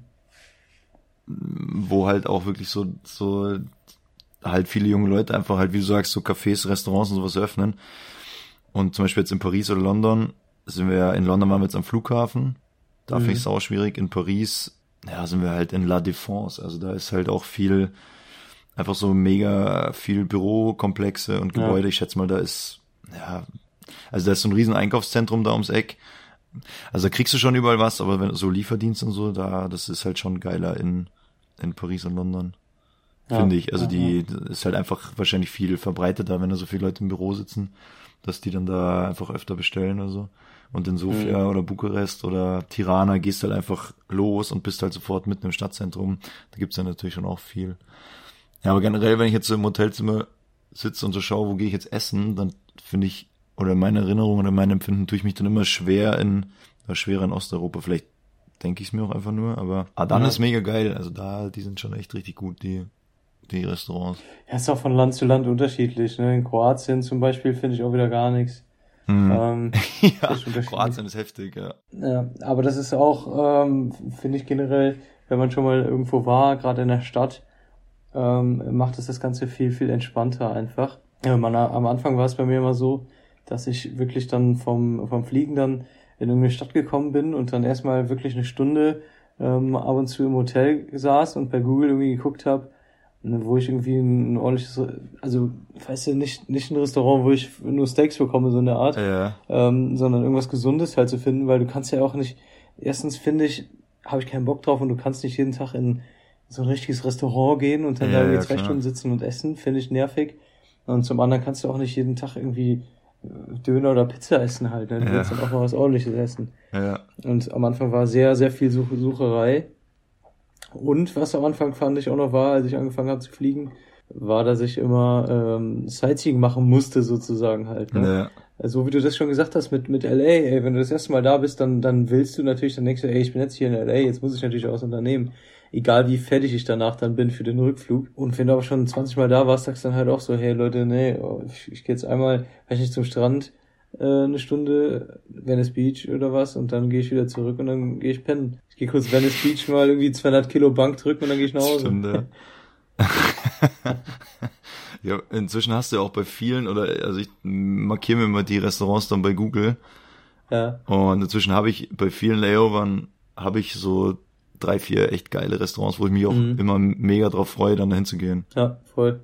A: wo halt auch wirklich so, so halt viele junge Leute einfach halt, wie du sagst, so Cafés, Restaurants und sowas öffnen. Und zum Beispiel jetzt in Paris oder London sind wir ja, in London waren wir jetzt am Flughafen. Da
B: Mhm.
A: finde ich es auch schwierig. In Paris, ja, sind wir halt in La Défense. Also da ist halt auch viel, einfach so mega viel Bürokomplexe und
B: Ja.
A: Gebäude. Ich schätze mal, da ist, ja, also da ist so ein riesen Einkaufszentrum da ums Eck. Also da kriegst du schon überall was, aber wenn so Lieferdienst und so, da, das ist halt schon geiler in, in Paris und London.
B: Ja.
A: Finde ich. Also
B: Ja,
A: die, ist halt einfach wahrscheinlich viel verbreiteter, wenn da so viele Leute im Büro sitzen, dass die dann da einfach öfter bestellen oder so. Und in Sofia
B: Mhm.
A: oder Bukarest oder Tirana gehst halt einfach los und bist halt sofort mitten im Stadtzentrum. Da gibt's ja natürlich schon auch viel. Ja, aber generell, wenn ich jetzt so im Hotelzimmer sitze und so schaue, wo gehe ich jetzt essen, dann finde ich, oder in meiner Erinnerung oder in meinem Empfinden, tue ich mich dann immer schwer in, oder schwerer in Osteuropa. Vielleicht denke ich es mir auch einfach nur. Aber Adan
B: Ja.
A: ist mega geil. Also da, die sind schon echt richtig gut, die, die Restaurants.
B: Ja, ist auch von Land zu Land unterschiedlich. Ne? In Kroatien zum Beispiel finde ich auch wieder gar nichts.
A: Hm.
B: Ähm,
A: ja,
B: ist unterschiedlich.
A: Kroatien ist heftig, ja.
B: Ja, aber das ist auch, ähm, finde ich generell, wenn man schon mal irgendwo war, gerade in der Stadt, ähm, macht es das Ganze viel, viel entspannter einfach. Ja, man, am Anfang war es bei mir immer so, dass ich wirklich dann vom, vom Fliegen dann in irgendeine Stadt gekommen bin und dann erstmal wirklich eine Stunde ähm, ab und zu im Hotel saß und bei Google irgendwie geguckt habe, wo ich irgendwie ein, ein ordentliches, also, weißt du, nicht, nicht ein Restaurant, wo ich nur Steaks bekomme, so eine Art,
A: Ja,
B: ähm, sondern irgendwas Gesundes halt zu finden, weil du kannst ja auch nicht, erstens finde ich, habe ich keinen Bock drauf und du kannst nicht jeden Tag in so ein richtiges Restaurant gehen und dann
A: Ja,
B: da irgendwie
A: ja,
B: zwei
A: klar.
B: Stunden sitzen und essen, finde ich nervig. Und zum anderen kannst du auch nicht jeden Tag irgendwie Döner oder Pizza essen halt, ne? Du
A: Ja.
B: willst dann auch mal was Ordentliches essen.
A: ja.
B: Und am Anfang war sehr, sehr viel Such Sucherei. Und was am Anfang fand ich auch noch war, als ich angefangen habe zu fliegen, war, dass ich immer ähm, Sightseeing machen musste sozusagen halt. Ne?
A: ja.
B: Also, so wie du das schon gesagt hast mit mit L A, ey, wenn du das erste Mal da bist, dann dann willst du natürlich, dann denkst du, ey, ich bin jetzt hier in L A, jetzt muss ich natürlich auch was unternehmen. Egal wie fertig ich danach dann bin für den Rückflug. Und wenn du aber schon zwanzig Mal da warst, sagst du dann halt auch so, hey Leute, nee, oh, ich, ich gehe jetzt einmal, weiß nicht, zum Strand äh, eine Stunde, Venice Beach oder was, und dann gehe ich wieder zurück und dann gehe ich pennen. Ich gehe kurz Venice Beach mal irgendwie zweihundert Kilo Bank drücken und dann gehe ich nach Hause.
A: Stimmt, ja. Ja, inzwischen hast du ja auch bei vielen, oder also ich markiere mir immer die Restaurants dann bei Google
B: Ja,
A: und inzwischen habe ich bei vielen Layovern habe ich so drei, vier echt geile Restaurants, wo ich mich auch
B: Mhm.
A: immer mega drauf freue, dann dahin zu gehen.
B: ja, voll.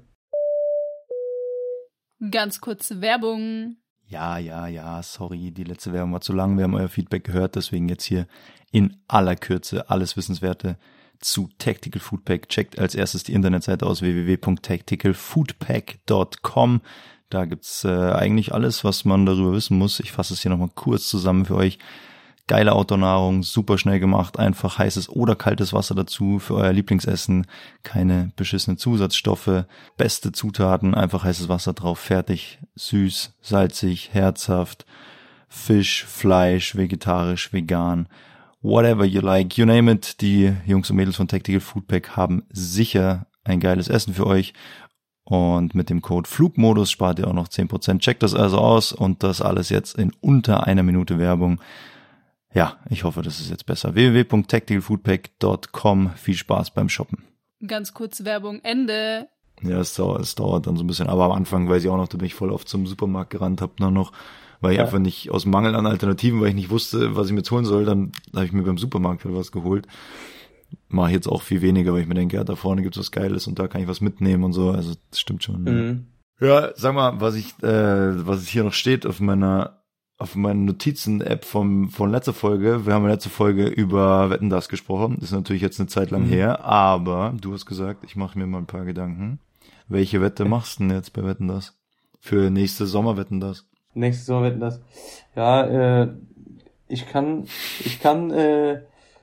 E: Ganz kurze Werbung.
A: Ja, ja, ja, sorry, die letzte Werbung war zu lang, wir haben euer Feedback gehört, deswegen jetzt hier in aller Kürze alles Wissenswerte zu Tactical Foodpack. Checkt als erstes die Internetseite aus w w w punkt tactical foodpack punkt com. Da gibt's äh, eigentlich alles, was man darüber wissen muss. Ich fasse es hier nochmal kurz zusammen für euch. Geile Outdoor-Nahrung, super schnell gemacht, einfach heißes oder kaltes Wasser dazu für euer Lieblingsessen, keine beschissenen Zusatzstoffe, beste Zutaten, einfach heißes Wasser drauf, fertig, süß, salzig, herzhaft, Fisch, Fleisch, vegetarisch, vegan, whatever you like, you name it. Die Jungs und Mädels von Tactical Foodpack haben sicher ein geiles Essen für euch. Und mit dem Code Flugmodus spart ihr auch noch zehn Prozent. Checkt das also aus und das alles jetzt in unter einer Minute Werbung. Ja, ich hoffe, das ist jetzt besser. w w w punkt tactical foodpack punkt com. Viel Spaß beim Shoppen.
E: Ganz kurze Werbung, Ende.
A: Ja, es dauert, es dauert dann so ein bisschen. Aber am Anfang weiß ich auch noch, da bin ich voll oft zum Supermarkt gerannt, hab dann noch, weil ich
B: Ja.
A: einfach nicht, aus Mangel an Alternativen, weil ich nicht wusste, was ich mir jetzt holen soll, dann habe ich mir beim Supermarkt halt was geholt. Mache ich jetzt auch viel weniger, weil ich mir denke, ja, da vorne gibt's was Geiles und da kann ich was mitnehmen und so. Also das stimmt schon. Ne?
B: Mhm.
A: Ja, sag mal, was ich, äh, was hier noch steht auf meiner auf meiner Notizen-App vom von letzter Folge. Wir haben in letzter Folge über Wetten, das gesprochen. Das ist natürlich jetzt eine Zeit lang
B: Mhm.
A: her, aber du hast gesagt, ich mache mir mal ein paar Gedanken. Welche Wette machst du denn jetzt bei Wetten, das? Für nächste Sommer Wetten, das?
B: Nächstes Sommer wetten das. Ja, äh, ich kann, ich kann, äh,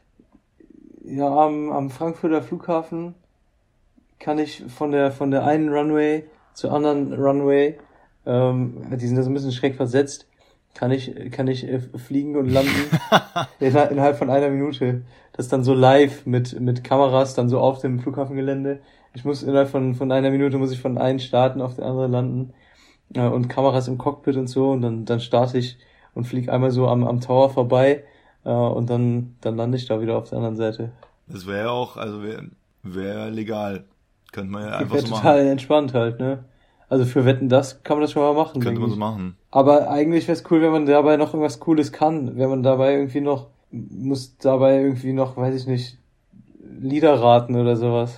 B: ja, am, am Frankfurter Flughafen kann ich von der, von der einen Runway zur anderen Runway, ähm, die sind da so ein bisschen schräg versetzt, kann ich, kann ich äh, fliegen und landen innerhalb, innerhalb von einer Minute. Das ist dann so live mit, mit Kameras dann so auf dem Flughafengelände. Ich muss innerhalb von, von einer Minute muss ich von einem starten auf den anderen landen. Ja, und Kameras im Cockpit und so, und dann, dann starte ich und fliege einmal so am, am Tower vorbei, äh, und dann, dann lande ich da wieder auf der anderen Seite.
A: Das wäre ja auch, also wäre wär legal. Könnte man ja einfach
B: Wäre
A: so
B: total
A: machen.
B: entspannt halt, ne? Also für Wetten, das kann man das schon mal machen.
A: Könnte
B: denke
A: man so
B: ich.
A: machen.
B: Aber eigentlich wäre es cool, wenn man dabei noch irgendwas Cooles kann. Wenn man dabei irgendwie noch, muss dabei irgendwie noch, weiß ich nicht, Lieder raten oder sowas.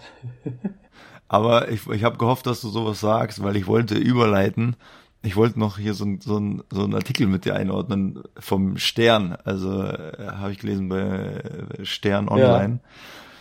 A: Aber ich, ich habe gehofft, dass du sowas sagst, weil ich wollte überleiten. Ich wollte noch hier so ein, so ein, so ein Artikel mit dir einordnen vom Stern. Also äh, habe ich gelesen bei Stern Online. Ja.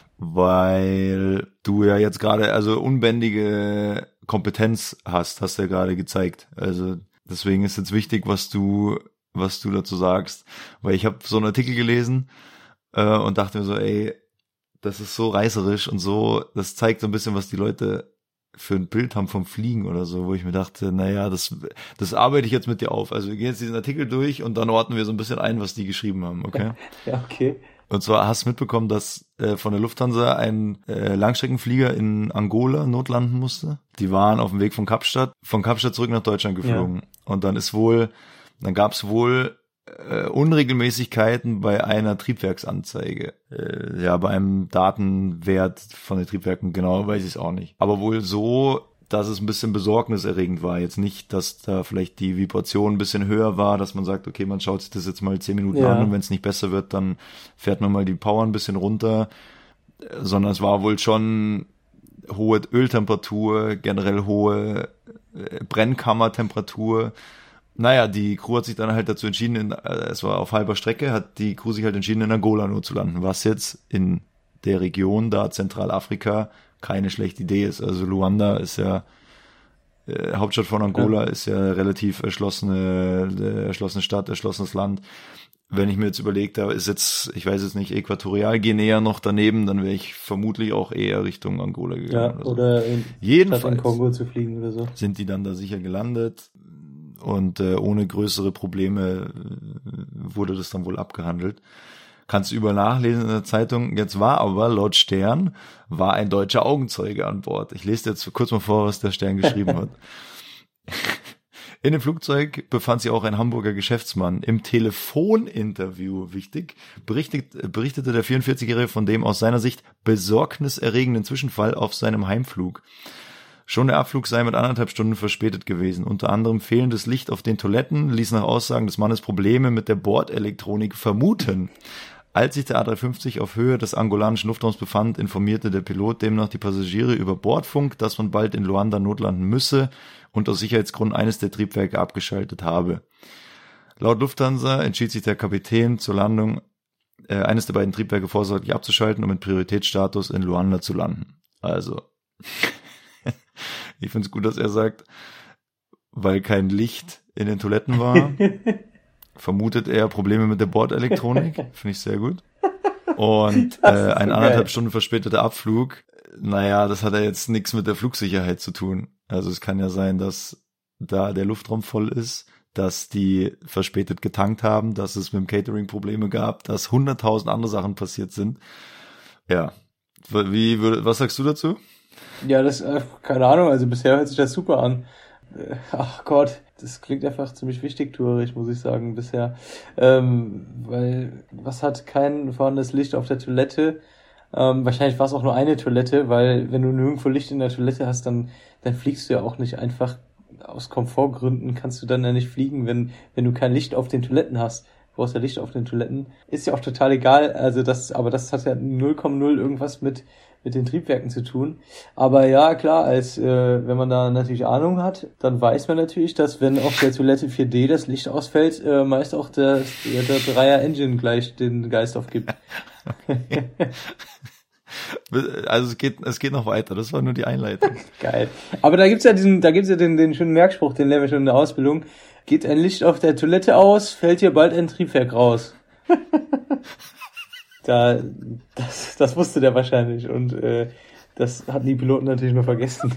A: Weil du ja jetzt gerade, also unbändige Kompetenz hast, hast du ja gerade gezeigt. Also deswegen ist jetzt wichtig, was du, was du dazu sagst. Weil ich habe so einen Artikel gelesen äh, und dachte mir so, ey, das ist so reißerisch und so, das zeigt so ein bisschen, was die Leute für ein Bild haben vom Fliegen oder so, wo ich mir dachte, naja, das, das arbeite ich jetzt mit dir auf. Also wir gehen jetzt diesen Artikel durch und dann ordnen wir so ein bisschen ein, was die geschrieben haben, okay?
B: Ja, okay.
A: Und zwar hast du mitbekommen, dass äh, von der Lufthansa ein äh, Langstreckenflieger in Angola notlanden musste. Die waren auf dem Weg von Kapstadt, von Kapstadt zurück nach Deutschland geflogen. Ja. Und dann ist wohl, dann gab es wohl äh, Unregelmäßigkeiten bei einer Triebwerksanzeige. Äh, ja, bei einem Datenwert von den Triebwerken, genau weiß ich es auch nicht. Aber wohl so, dass es ein bisschen besorgniserregend war. Jetzt nicht, dass da vielleicht die Vibration ein bisschen höher war, dass man sagt, okay, man schaut sich das jetzt mal zehn Minuten ja. an und wenn es nicht besser wird, dann fährt man mal die Power ein bisschen runter, sondern es war wohl schon hohe Öltemperatur, generell hohe Brennkammertemperatur. Naja, die Crew hat sich dann halt dazu entschieden, in, es war auf halber Strecke, hat die Crew sich halt entschieden, in Angola nur zu landen, was jetzt in der Region da Zentralafrika keine schlechte Idee ist. Also Luanda ist ja äh, Hauptstadt von Angola, ja. ist ja relativ erschlossene äh, erschlossene Stadt, erschlossenes Land. Wenn ich mir jetzt überlege, da ist jetzt, ich weiß jetzt nicht, Äquatorialguinea noch daneben, dann wäre ich vermutlich auch eher Richtung Angola gegangen.
B: Ja, oder, so. oder in,
A: Jedenfalls
B: in Kongo zu fliegen oder so.
A: Sind die dann da sicher gelandet und äh, ohne größere Probleme äh, wurde das dann wohl abgehandelt. Kannst du überall nachlesen in der Zeitung. Jetzt war aber, laut Stern, war ein deutscher Augenzeuge an Bord. Ich lese jetzt kurz mal vor, was der Stern geschrieben hat. In dem Flugzeug befand sich auch ein Hamburger Geschäftsmann. Im Telefoninterview, wichtig, berichtet, berichtete der vierundvierzigjährige von dem aus seiner Sicht besorgniserregenden Zwischenfall auf seinem Heimflug. Schon der Abflug sei mit anderthalb Stunden verspätet gewesen. Unter anderem fehlendes Licht auf den Toiletten ließ nach Aussagen des Mannes Probleme mit der Bordelektronik vermuten. Als sich der A drei fünfzig auf Höhe des angolanischen Luftraums befand, informierte der Pilot demnach die Passagiere über Bordfunk, dass man bald in Luanda notlanden müsse und aus Sicherheitsgründen eines der Triebwerke abgeschaltet habe. Laut Lufthansa entschied sich der Kapitän zur Landung, äh, eines der beiden Triebwerke vorsorglich abzuschalten, um mit Prioritätsstatus in Luanda zu landen. Also, ich finde es gut, dass er sagt, weil kein Licht in den Toiletten war, vermutet er Probleme mit der Bordelektronik. Finde ich sehr gut. Und äh, ein so anderthalb geil. Stunden verspäteter Abflug, naja, das hat ja jetzt nichts mit der Flugsicherheit zu tun. Also es kann ja sein, dass da der Luftraum voll ist, dass die verspätet getankt haben, dass es mit dem Catering Probleme gab, dass hunderttausend andere Sachen passiert sind. Ja, wie würde, was sagst du dazu?
B: Ja, das, äh, keine Ahnung, also bisher hört sich das super an. Äh, ach Gott, das klingt einfach ziemlich wichtigtuerig, muss ich sagen, bisher. Ähm, weil, was hat kein vorhandenes Licht auf der Toilette? Ähm, wahrscheinlich war es auch nur eine Toilette, weil wenn du nirgendwo Licht in der Toilette hast, dann, dann fliegst du ja auch nicht einfach, aus Komfortgründen kannst du dann ja nicht fliegen, wenn, wenn du kein Licht auf den Toiletten hast. Du brauchst ja Licht auf den Toiletten. Ist ja auch total egal, also das, aber das hat ja null Komma null irgendwas mit, mit den Triebwerken zu tun. Aber ja, klar, als äh, wenn man da natürlich Ahnung hat, dann weiß man natürlich, dass wenn auf der Toilette vier D das Licht ausfällt, äh, meist auch der, der, der Dreier Engine gleich den Geist aufgibt.
A: Also es geht, es geht noch weiter. Das war nur die Einleitung.
B: Geil. Aber da gibt's ja diesen, da gibt's ja den, den schönen Merkspruch, den lernen wir schon in der Ausbildung. Geht ein Licht auf der Toilette aus, fällt hier bald ein Triebwerk raus. Da, das, das wusste der wahrscheinlich und äh, das hatten die Piloten natürlich nur vergessen.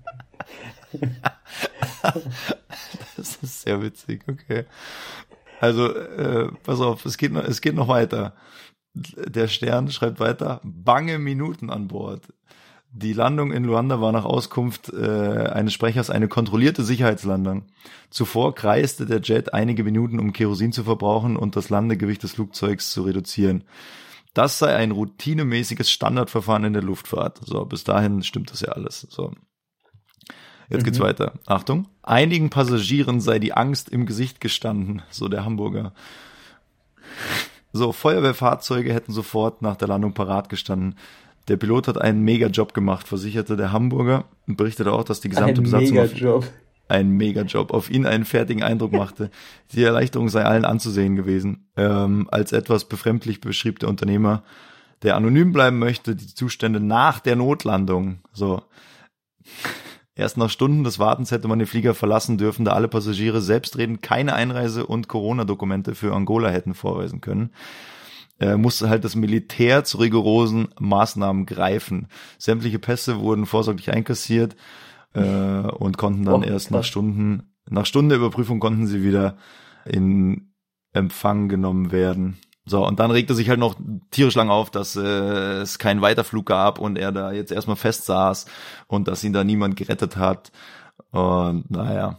A: Das ist sehr witzig, okay. Also, äh, pass auf, es geht noch, es geht noch weiter. Der Stern schreibt weiter, bange Minuten an Bord. Die Landung in Luanda war nach Auskunft äh, eines Sprechers eine kontrollierte Sicherheitslandung. Zuvor kreiste der Jet einige Minuten, um Kerosin zu verbrauchen und das Landegewicht des Flugzeugs zu reduzieren. Das sei ein routinemäßiges Standardverfahren in der Luftfahrt. So, bis dahin stimmt das ja alles. So. Jetzt mhm. geht's weiter. Achtung. Einigen Passagieren sei die Angst im Gesicht gestanden, so der Hamburger. So, Feuerwehrfahrzeuge hätten sofort nach der Landung parat gestanden. Der Pilot hat einen Mega-Job gemacht, versicherte der Hamburger und berichtete auch, dass die gesamte
B: ein
A: Besatzung
B: Mega-Job.
A: Auf, ein Mega-Job auf ihn einen fertigen Eindruck machte. Die Erleichterung sei allen anzusehen gewesen. Ähm, als etwas befremdlich beschrieb der Unternehmer, der anonym bleiben möchte, die Zustände nach der Notlandung. So. Erst nach Stunden des Wartens hätte man den Flieger verlassen dürfen, da alle Passagiere selbstredend keine Einreise- und Corona-Dokumente für Angola hätten vorweisen können. Äh, musste halt das Militär zu rigorosen Maßnahmen greifen. Sämtliche Pässe wurden vorsorglich einkassiert äh, und konnten dann oh, erst krass. nach Stunden, nach Stunde Überprüfung konnten sie wieder in Empfang genommen werden. So, und dann regt er sich halt noch tierisch lang auf, dass äh, es keinen Weiterflug gab und er da jetzt erstmal fest saß und dass ihn da niemand gerettet hat. Und naja,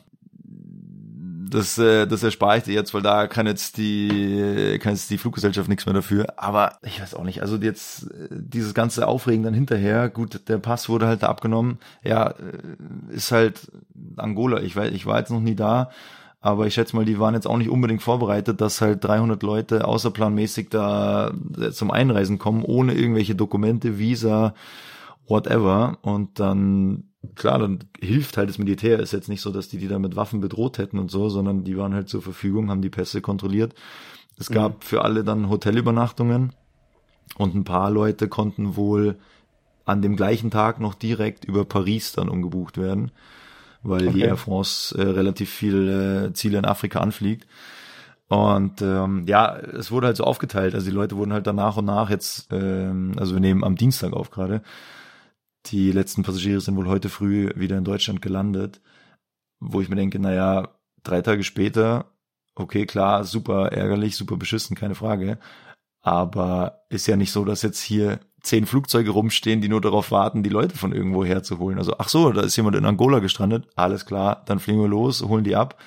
A: das, äh, das erspare ich dir jetzt, weil da kann jetzt die kann jetzt die Fluggesellschaft nichts mehr dafür. Aber ich weiß auch nicht, also jetzt äh, dieses ganze Aufregen dann hinterher, gut, der Pass wurde halt da abgenommen. Ja, äh, ist halt Angola, ich weiß, ich war jetzt noch nie da, aber ich schätze mal, die waren jetzt auch nicht unbedingt vorbereitet, dass halt dreihundert Leute außerplanmäßig da zum Einreisen kommen, ohne irgendwelche Dokumente, Visa, whatever. Und dann, klar, dann hilft halt das Militär. Ist jetzt nicht so, dass die die da mit Waffen bedroht hätten und so, sondern die waren halt zur Verfügung, haben die Pässe kontrolliert. Es gab mhm. für alle dann Hotelübernachtungen und ein paar Leute konnten wohl an dem gleichen Tag noch direkt über Paris dann umgebucht werden, weil okay. die Air France äh, relativ viele äh, Ziele in Afrika anfliegt. Und ähm, ja, es wurde halt so aufgeteilt. Also die Leute wurden halt dann nach und nach jetzt, ähm, also wir nehmen am Dienstag auf gerade, die letzten Passagiere sind wohl heute früh wieder in Deutschland gelandet, wo ich mir denke, naja, drei Tage später, okay, klar, super ärgerlich, super beschissen, keine Frage. Aber ist ja nicht so, dass jetzt hier zehn Flugzeuge rumstehen, die nur darauf warten, die Leute von irgendwo herzuholen. Also, ach so, da ist jemand in Angola gestrandet, alles klar, dann fliegen wir los, holen die ab.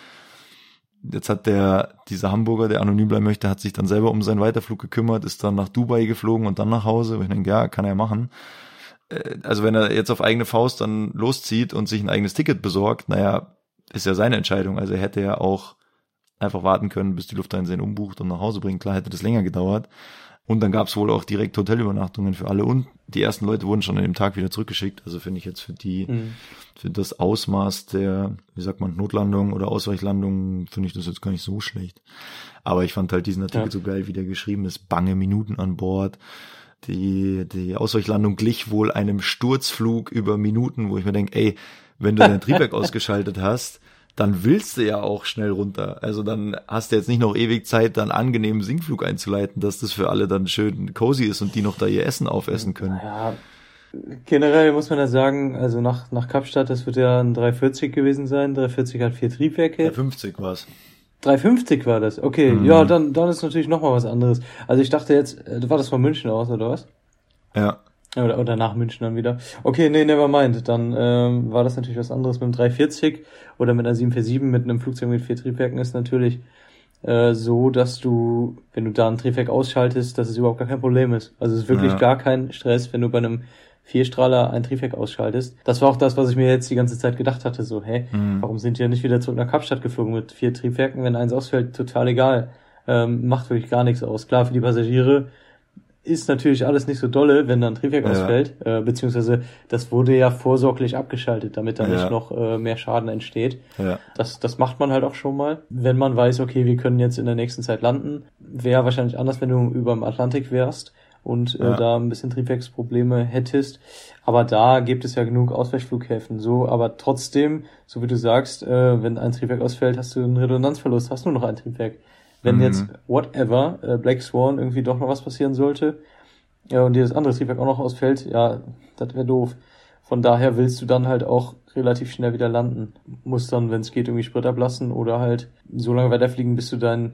A: Jetzt hat der, dieser Hamburger, der anonym bleiben möchte, hat sich dann selber um seinen Weiterflug gekümmert, ist dann nach Dubai geflogen und dann nach Hause. Wo ich denke, ja, kann er machen. Also wenn er jetzt auf eigene Faust dann loszieht und sich ein eigenes Ticket besorgt, naja, ist ja seine Entscheidung. Also er hätte ja auch einfach warten können, bis die Lufthansa ihn umbucht und nach Hause bringt. Klar hätte das länger gedauert. Und dann gab es wohl auch direkt Hotelübernachtungen für alle. Und die ersten Leute wurden schon an dem Tag wieder zurückgeschickt. Also finde ich jetzt für die, mhm. für das Ausmaß der, wie sagt man, Notlandung oder Ausweichlandung, finde ich das jetzt gar nicht so schlecht. Aber ich fand halt diesen Artikel ja. so geil, wie der geschrieben ist. Bange Minuten an Bord. Die, die Ausweichlandung glich wohl einem Sturzflug über Minuten, wo ich mir denke, ey, wenn du dein Triebwerk ausgeschaltet hast, dann willst du ja auch schnell runter. Also dann hast du jetzt nicht noch ewig Zeit, dann angenehmen Sinkflug einzuleiten, dass das für alle dann schön cozy ist und die noch da ihr Essen aufessen können.
B: Ja, generell muss man ja sagen, also nach, nach Kapstadt, das wird ja ein dreihundertvierzig gewesen sein. dreihundertvierzig hat vier Triebwerke.
A: dreihundertfünfzig war's.
B: dreihundertfünfzig war das, okay. Mhm. Ja, dann, dann ist natürlich nochmal was anderes. Also ich dachte jetzt, war das von München aus, oder was?
A: Ja.
B: Oder, oder nach München dann wieder. Okay, nee, never mind. Dann ähm, war das natürlich was anderes mit dem dreihundertvierzig oder mit einer sieben vier sieben mit einem Flugzeug mit vier Triebwerken ist natürlich äh, so, dass du, wenn du da ein Triebwerk ausschaltest, dass es überhaupt gar kein Problem ist. Also es ist wirklich ja. gar kein Stress, wenn du bei einem Vierstrahler ein Triebwerk ausschaltest. Das war auch das, was ich mir jetzt die ganze Zeit gedacht hatte. So, hä, mhm. warum sind die ja nicht wieder zurück nach Kapstadt geflogen mit vier Triebwerken? Wenn eins ausfällt, total egal. Ähm, macht wirklich gar nichts aus. Klar, für die Passagiere ist natürlich alles nicht so dolle, wenn dann ein Triebwerk ja. ausfällt, äh, beziehungsweise das wurde ja vorsorglich abgeschaltet, damit da ja. nicht noch äh, mehr Schaden entsteht. Ja. Das, das macht man halt auch schon mal. Wenn man weiß, okay, wir können jetzt in der nächsten Zeit landen, wäre wahrscheinlich anders, wenn du über dem Atlantik wärst und äh, ja. da ein bisschen Triebwerksprobleme hättest. Aber da gibt es ja genug Ausweichflughäfen. So, aber trotzdem, so wie du sagst, äh, wenn ein Triebwerk ausfällt, hast du einen Redundanzverlust, hast nur noch ein Triebwerk. Wenn mhm. jetzt, whatever, äh, Black Swan irgendwie doch noch was passieren sollte, ja, und dir das andere Triebwerk auch noch ausfällt, ja, das wäre doof. Von daher willst du dann halt auch relativ schnell wieder landen. Musst dann, wenn es geht, irgendwie Sprit ablassen oder halt so lange weiterfliegen, bis du dein,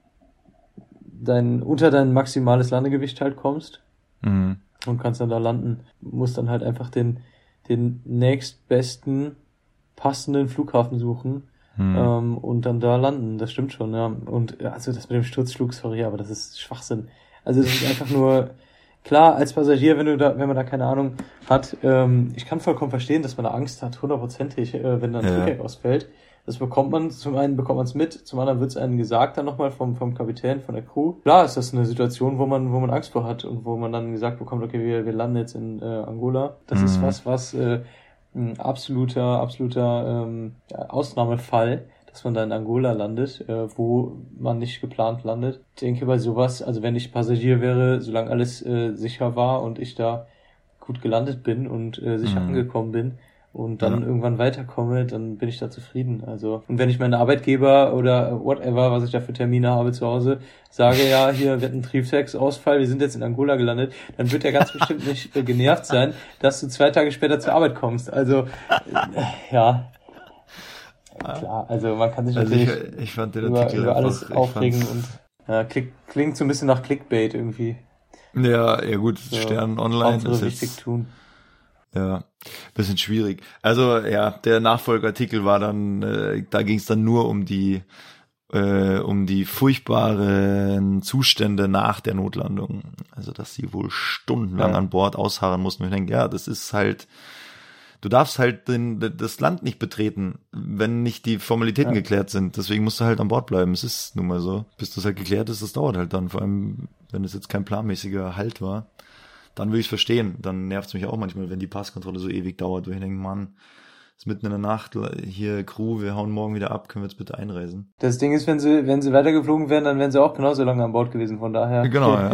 B: dein, unter dein maximales Landegewicht halt kommst. Mhm. Und kannst dann da landen. Musst dann halt einfach den, den nächstbesten passenden Flughafen suchen. Hm. Ähm, und dann da landen, das stimmt schon, ja. Und also das mit dem Sturzflug, sorry, aber das ist Schwachsinn. Also das ist einfach nur, klar, als Passagier, wenn du da, wenn man da keine Ahnung hat, ähm, ich kann vollkommen verstehen, dass man da Angst hat, hundertprozentig, äh, wenn dann ein Triebwerk ja. ausfällt. Das bekommt man, zum einen bekommt man es mit, zum anderen wird es einem gesagt dann nochmal vom, vom Kapitän, von der Crew. Klar ist das eine Situation, wo man, wo man Angst vor hat und wo man dann gesagt bekommt, okay, wir, wir landen jetzt in äh, Angola. Das mhm. ist was, was, äh, ein absoluter, absoluter ähm, Ausnahmefall, dass man da in Angola landet, äh, wo man nicht geplant landet. Ich denke bei sowas, also wenn ich Passagier wäre, solange alles äh, sicher war und ich da gut gelandet bin und äh, sicher mhm. angekommen bin und dann ja. irgendwann weiterkomme, dann bin ich da zufrieden. Also und wenn ich meinen Arbeitgeber oder whatever, was ich da für Termine habe zu Hause, sage, ja, hier wird ein Triebwerksausfall, wir sind jetzt in Angola gelandet, dann wird er ganz bestimmt nicht äh, genervt sein, dass du zwei Tage später zur Arbeit kommst. Also äh, ja, klar, also man kann sich
A: also
B: natürlich
A: ich, ich fand den
B: über,
A: Artikel
B: über alles
A: einfach,
B: aufregen und Ja, klick, klingt so ein bisschen nach Clickbait irgendwie.
A: Ja, ja gut,
B: So,
A: Stern online
B: Hauptsache
A: ist
B: wichtig
A: jetzt,
B: tun.
A: ja, bisschen schwierig. Also ja, der Nachfolgeartikel war dann, äh, da ging es dann nur um die äh, um die furchtbaren Zustände nach der Notlandung. Also dass sie wohl stundenlang
B: Ja.
A: an Bord ausharren mussten. Und ich denke, ja, das ist halt, du darfst halt den, das Land nicht betreten, wenn nicht die Formalitäten
B: Ja.
A: geklärt sind. Deswegen musst du halt an Bord bleiben. Es ist nun mal so. Bis das halt geklärt ist, das dauert halt dann. Vor allem, wenn es jetzt kein planmäßiger Halt war, dann würde ich es verstehen. Dann nervt es mich auch manchmal, wenn die Passkontrolle so ewig dauert, wo ich denke, Mann, ist mitten in der Nacht, hier Crew, wir hauen morgen wieder ab, können wir jetzt bitte einreisen?
B: Das Ding ist, wenn sie, wenn sie weitergeflogen wären, dann wären sie auch genauso lange an Bord gewesen, von daher.
A: Genau, ja.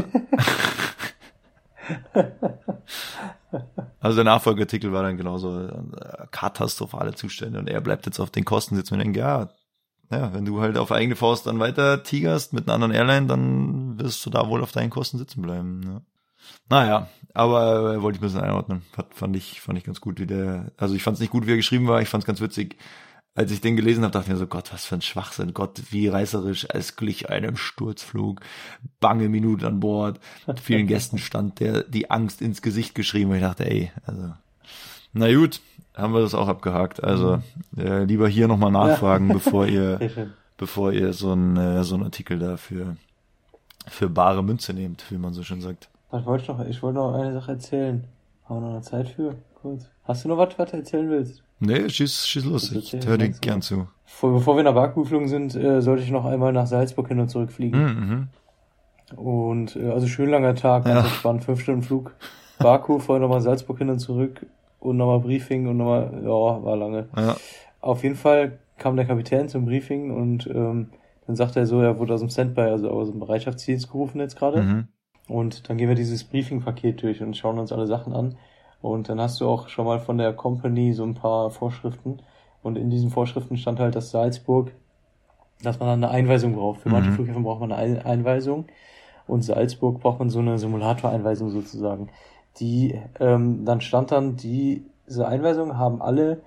A: Also der Nachfolgeartikel war dann genauso äh, katastrophale Zustände und er bleibt jetzt auf den Kosten sitzen und denkt, ja, ja, wenn du halt auf eigene Faust dann weiter tigerst mit einer anderen Airline, dann wirst du da wohl auf deinen Kosten sitzen bleiben. Ne? Naja, aber äh, wollte ich ein bisschen einordnen. Fand, fand ich fand ich ganz gut, wie der, also ich fand es nicht gut, wie er geschrieben war, ich fand es ganz witzig. Als ich den gelesen habe, dachte ich mir so, Gott, was für ein Schwachsinn, Gott, wie reißerisch, es glich einem Sturzflug, bange Minute an Bord, mit vielen Gästen stand der die Angst ins Gesicht geschrieben und ich dachte, ey, also, na gut, haben wir das auch abgehakt, also äh, lieber hier nochmal nachfragen,
B: Ja.
A: bevor ihr,
B: Sehr schön.
A: bevor ihr so einen äh, so einen Artikel da für, für bare Münze nehmt, wie man so schön sagt.
B: Was wollte ich noch? Ich wollte noch eine Sache erzählen. Haben wir noch eine Zeit für? Kurz. Hast du noch was, was du erzählen willst?
A: Nee, schieß, schieß los,
B: Das
A: ich
B: erzähl
A: höre dir
B: ich
A: gern zu.
B: Vor, bevor wir nach Baku geflogen sind, äh, sollte ich noch einmal nach Salzburg hin und zurück fliegen.
A: Mhm,
B: Und äh, also schön langer Tag, ganz
A: Ja.
B: entspannt, fünf Stunden Flug. Baku, vorher nochmal Salzburg hin und zurück und nochmal Briefing und nochmal, ja, war lange.
A: ja,
B: Auf jeden Fall kam der Kapitän zum Briefing und ähm, dann sagte er so, er wurde aus dem Standby, also aus dem Bereitschaftsdienst gerufen jetzt gerade.
A: mhm,
B: Und dann gehen wir dieses Briefing-Paket durch und schauen uns alle Sachen an. Und dann hast du auch schon mal von der Company so ein paar Vorschriften. Und in diesen Vorschriften stand halt, dass Salzburg, dass man dann eine Einweisung braucht. Für manche
A: Mhm.
B: Flughäfen braucht man eine Ein- Einweisung. Und Salzburg braucht man so eine Simulator-Einweisung sozusagen. Die, ähm, dann stand dann, diese Einweisungen haben alle,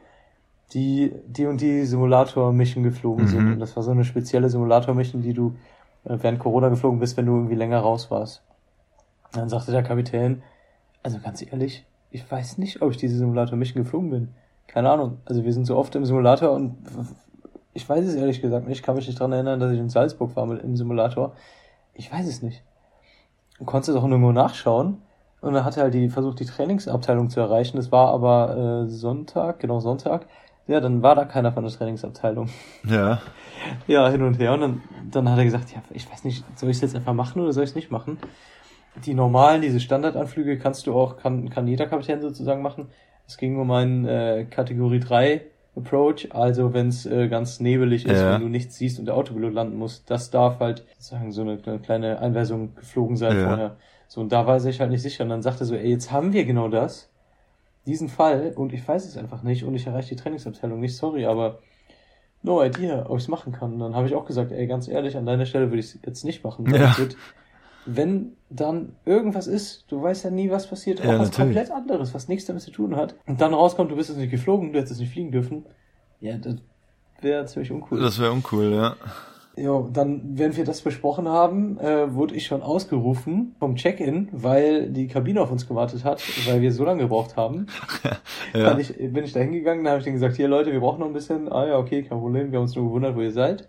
B: die die und die Simulator-Mission geflogen
A: Mhm.
B: sind. Und das war so eine spezielle Simulator-Mission, die du äh, während Corona geflogen bist, wenn du irgendwie länger raus warst. Dann sagte der Kapitän, also ganz ehrlich, ich weiß nicht, ob ich diese Simulator-Mission geflogen bin. Keine Ahnung. Also wir sind so oft im Simulator und ich weiß es ehrlich gesagt nicht. Ich kann mich nicht dran erinnern, dass ich in Salzburg war mit im Simulator. Ich weiß es nicht. Du konntest es auch irgendwo nachschauen. Und dann hat er halt die, versucht, die Trainingsabteilung zu erreichen. Das war aber äh, Sonntag, genau Sonntag. Ja, dann war da keiner von der Trainingsabteilung.
A: ja,
B: Ja, hin und her. Und dann, dann hat er gesagt, ja, ich weiß nicht, soll ich es jetzt einfach machen oder soll ich es nicht machen? Die normalen, diese Standardanflüge kannst du auch, kann, kann jeder Kapitän sozusagen machen. Es ging um einen äh, Kategorie drei Approach, also wenn es äh, ganz nebelig ist,
A: Ja.
B: wenn du nichts siehst und der Autopilot landen muss, das darf halt sozusagen so eine, eine kleine Einweisung geflogen sein
A: Ja.
B: vorher. So, und da war er sich halt nicht sicher. Und dann sagte er so, ey, jetzt haben wir genau das, diesen Fall, und ich weiß es einfach nicht und ich erreiche die Trainingsabteilung nicht, sorry, aber no idea, ob ich es machen kann. Und dann habe ich auch gesagt, ey, ganz ehrlich, an deiner Stelle würde ich es jetzt nicht machen. Weil
A: Ja.
B: es wird, wenn dann irgendwas ist, du weißt ja nie, was passiert, auch
A: Ja,
B: was
A: natürlich.
B: komplett anderes, was nichts damit zu tun hat, und dann rauskommt, du bist jetzt nicht geflogen, du hättest es nicht fliegen dürfen, ja, das wäre ziemlich uncool.
A: das wäre uncool, ja.
B: Ja, dann, während wir das besprochen haben, äh, wurde ich schon ausgerufen vom Check-in, weil die Kabine auf uns gewartet hat, weil wir so lange gebraucht haben.
A: Ja.
B: Dann ich, bin ich da hingegangen, dann habe ich denen gesagt, hier Leute, wir brauchen noch ein bisschen. Ah ja, okay, kein Problem, wir haben uns nur gewundert, wo ihr seid.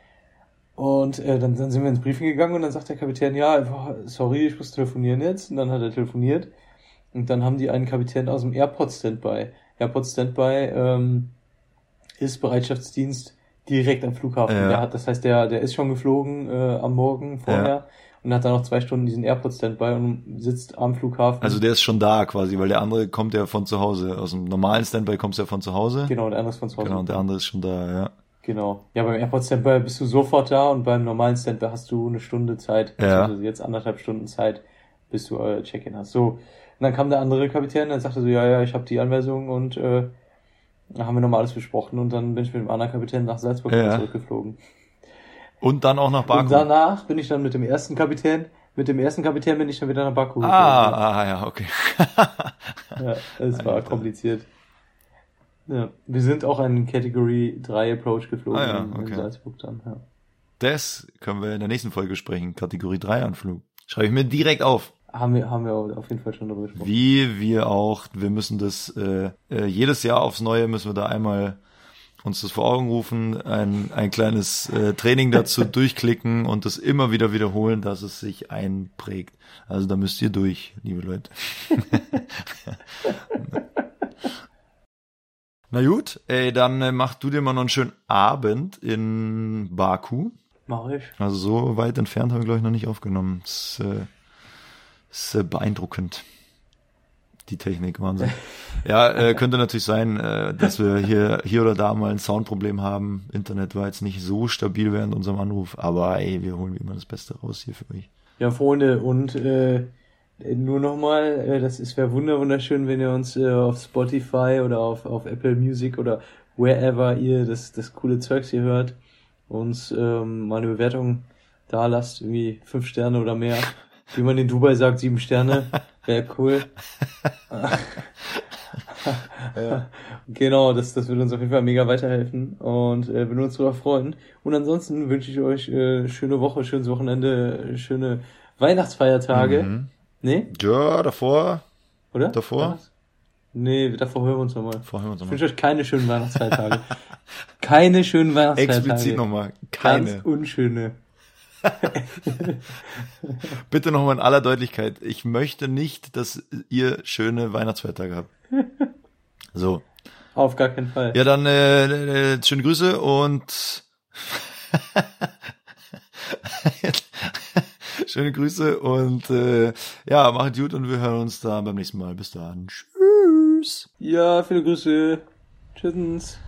B: Und äh, dann, dann sind wir ins Briefing gegangen und dann sagt der Kapitän, ja, boah, sorry, ich muss telefonieren jetzt. Und dann hat er telefoniert. Und dann haben die einen Kapitän aus dem Airport Standby. Airport Standby ähm, ist Bereitschaftsdienst direkt am Flughafen.
A: Ja.
B: Der hat, das heißt, der, der ist schon geflogen äh, am Morgen vorher
A: Ja.
B: und hat dann noch zwei Stunden diesen Airport Standby und sitzt am Flughafen.
A: Also der ist schon da quasi, weil der andere kommt ja von zu Hause. Aus dem normalen Standby kommst du ja von zu Hause.
B: Genau, der andere ist von zu Hause.
A: Genau, und der andere ist schon da, ja.
B: Genau. Ja, beim Airport Standby bist du sofort da und beim normalen Standby hast du eine Stunde Zeit,
A: Ja.
B: also jetzt anderthalb Stunden Zeit, bis du äh, Check-in hast. So, und dann kam der andere Kapitän, der sagte so, ja, ja, ich habe die Anweisung und äh, dann haben wir nochmal alles besprochen und dann bin ich mit dem anderen Kapitän nach Salzburg
A: Ja.
B: zurückgeflogen.
A: Und dann auch nach
B: Und
A: Baku.
B: danach bin ich dann mit dem ersten Kapitän, mit dem ersten Kapitän bin ich dann wieder nach Baku
A: Ah, ah, ja, okay.
B: Ja, es war
A: Alter.
B: kompliziert. Ja, wir sind auch einen Category drei Approach geflogen
A: Ah ja,
B: in- in
A: okay.
B: Salzburg dann, ja.
A: Das können wir in der nächsten Folge sprechen. Kategorie drei Anflug. Schreibe ich mir direkt auf.
B: Haben wir, haben wir auf jeden Fall schon darüber gesprochen.
A: Wie wir auch, wir müssen das, äh, äh, jedes Jahr aufs Neue müssen wir da einmal uns das vor Augen rufen, ein, ein kleines äh, Training dazu durchklicken und das immer wieder wiederholen, dass es sich einprägt. Also da müsst ihr durch, liebe Leute. Na gut, ey, dann äh, mach du dir mal noch einen schönen Abend in Baku.
B: Mach ich.
A: Also so weit entfernt haben wir, glaube ich, noch nicht aufgenommen. Das ist, äh, ist äh, beeindruckend. Die Technik, Wahnsinn. Ja, äh, könnte natürlich sein, äh, dass wir hier hier oder da mal ein Soundproblem haben. Internet war jetzt nicht so stabil während unserem Anruf, aber ey, wir holen wie immer das Beste raus hier für euch.
B: Ja, Freunde, und äh, nur nochmal, äh, das ist wäre wunder wunderschön, wenn ihr uns äh, auf Spotify oder auf auf Apple Music oder wherever ihr das das coole Zeugs hier hört, uns ähm, mal eine Bewertung da lasst, irgendwie fünf Sterne oder mehr. Wie man in Dubai sagt, sieben Sterne. Wäre cool. Ja. Genau, das, das würde uns auf jeden Fall mega weiterhelfen und äh, würden uns darüber freuen. Und ansonsten wünsche ich euch äh, schöne Woche, schönes Wochenende, schöne Weihnachtsfeiertage.
A: Mhm.
B: Nee?
A: Ja, davor.
B: Oder?
A: Davor?
B: Was? Nee, davor hören wir uns nochmal.
A: Vorher hören wir uns
B: Ich
A: nochmal.
B: wünsche euch keine schönen Weihnachtsfeiertage. Keine schönen Weihnachtsfeiertage.
A: Explizit nochmal. Keine.
B: Ganz unschöne.
A: Bitte nochmal in aller Deutlichkeit. Ich möchte nicht, dass ihr schöne Weihnachtsfeiertage habt. So.
B: Auf gar keinen Fall.
A: Ja, dann äh, äh, schöne Grüße und schöne Grüße und äh, ja, macht gut und wir hören uns dann beim nächsten Mal. Bis dann. Tschüss.
B: Ja, viele Grüße. Tschüss.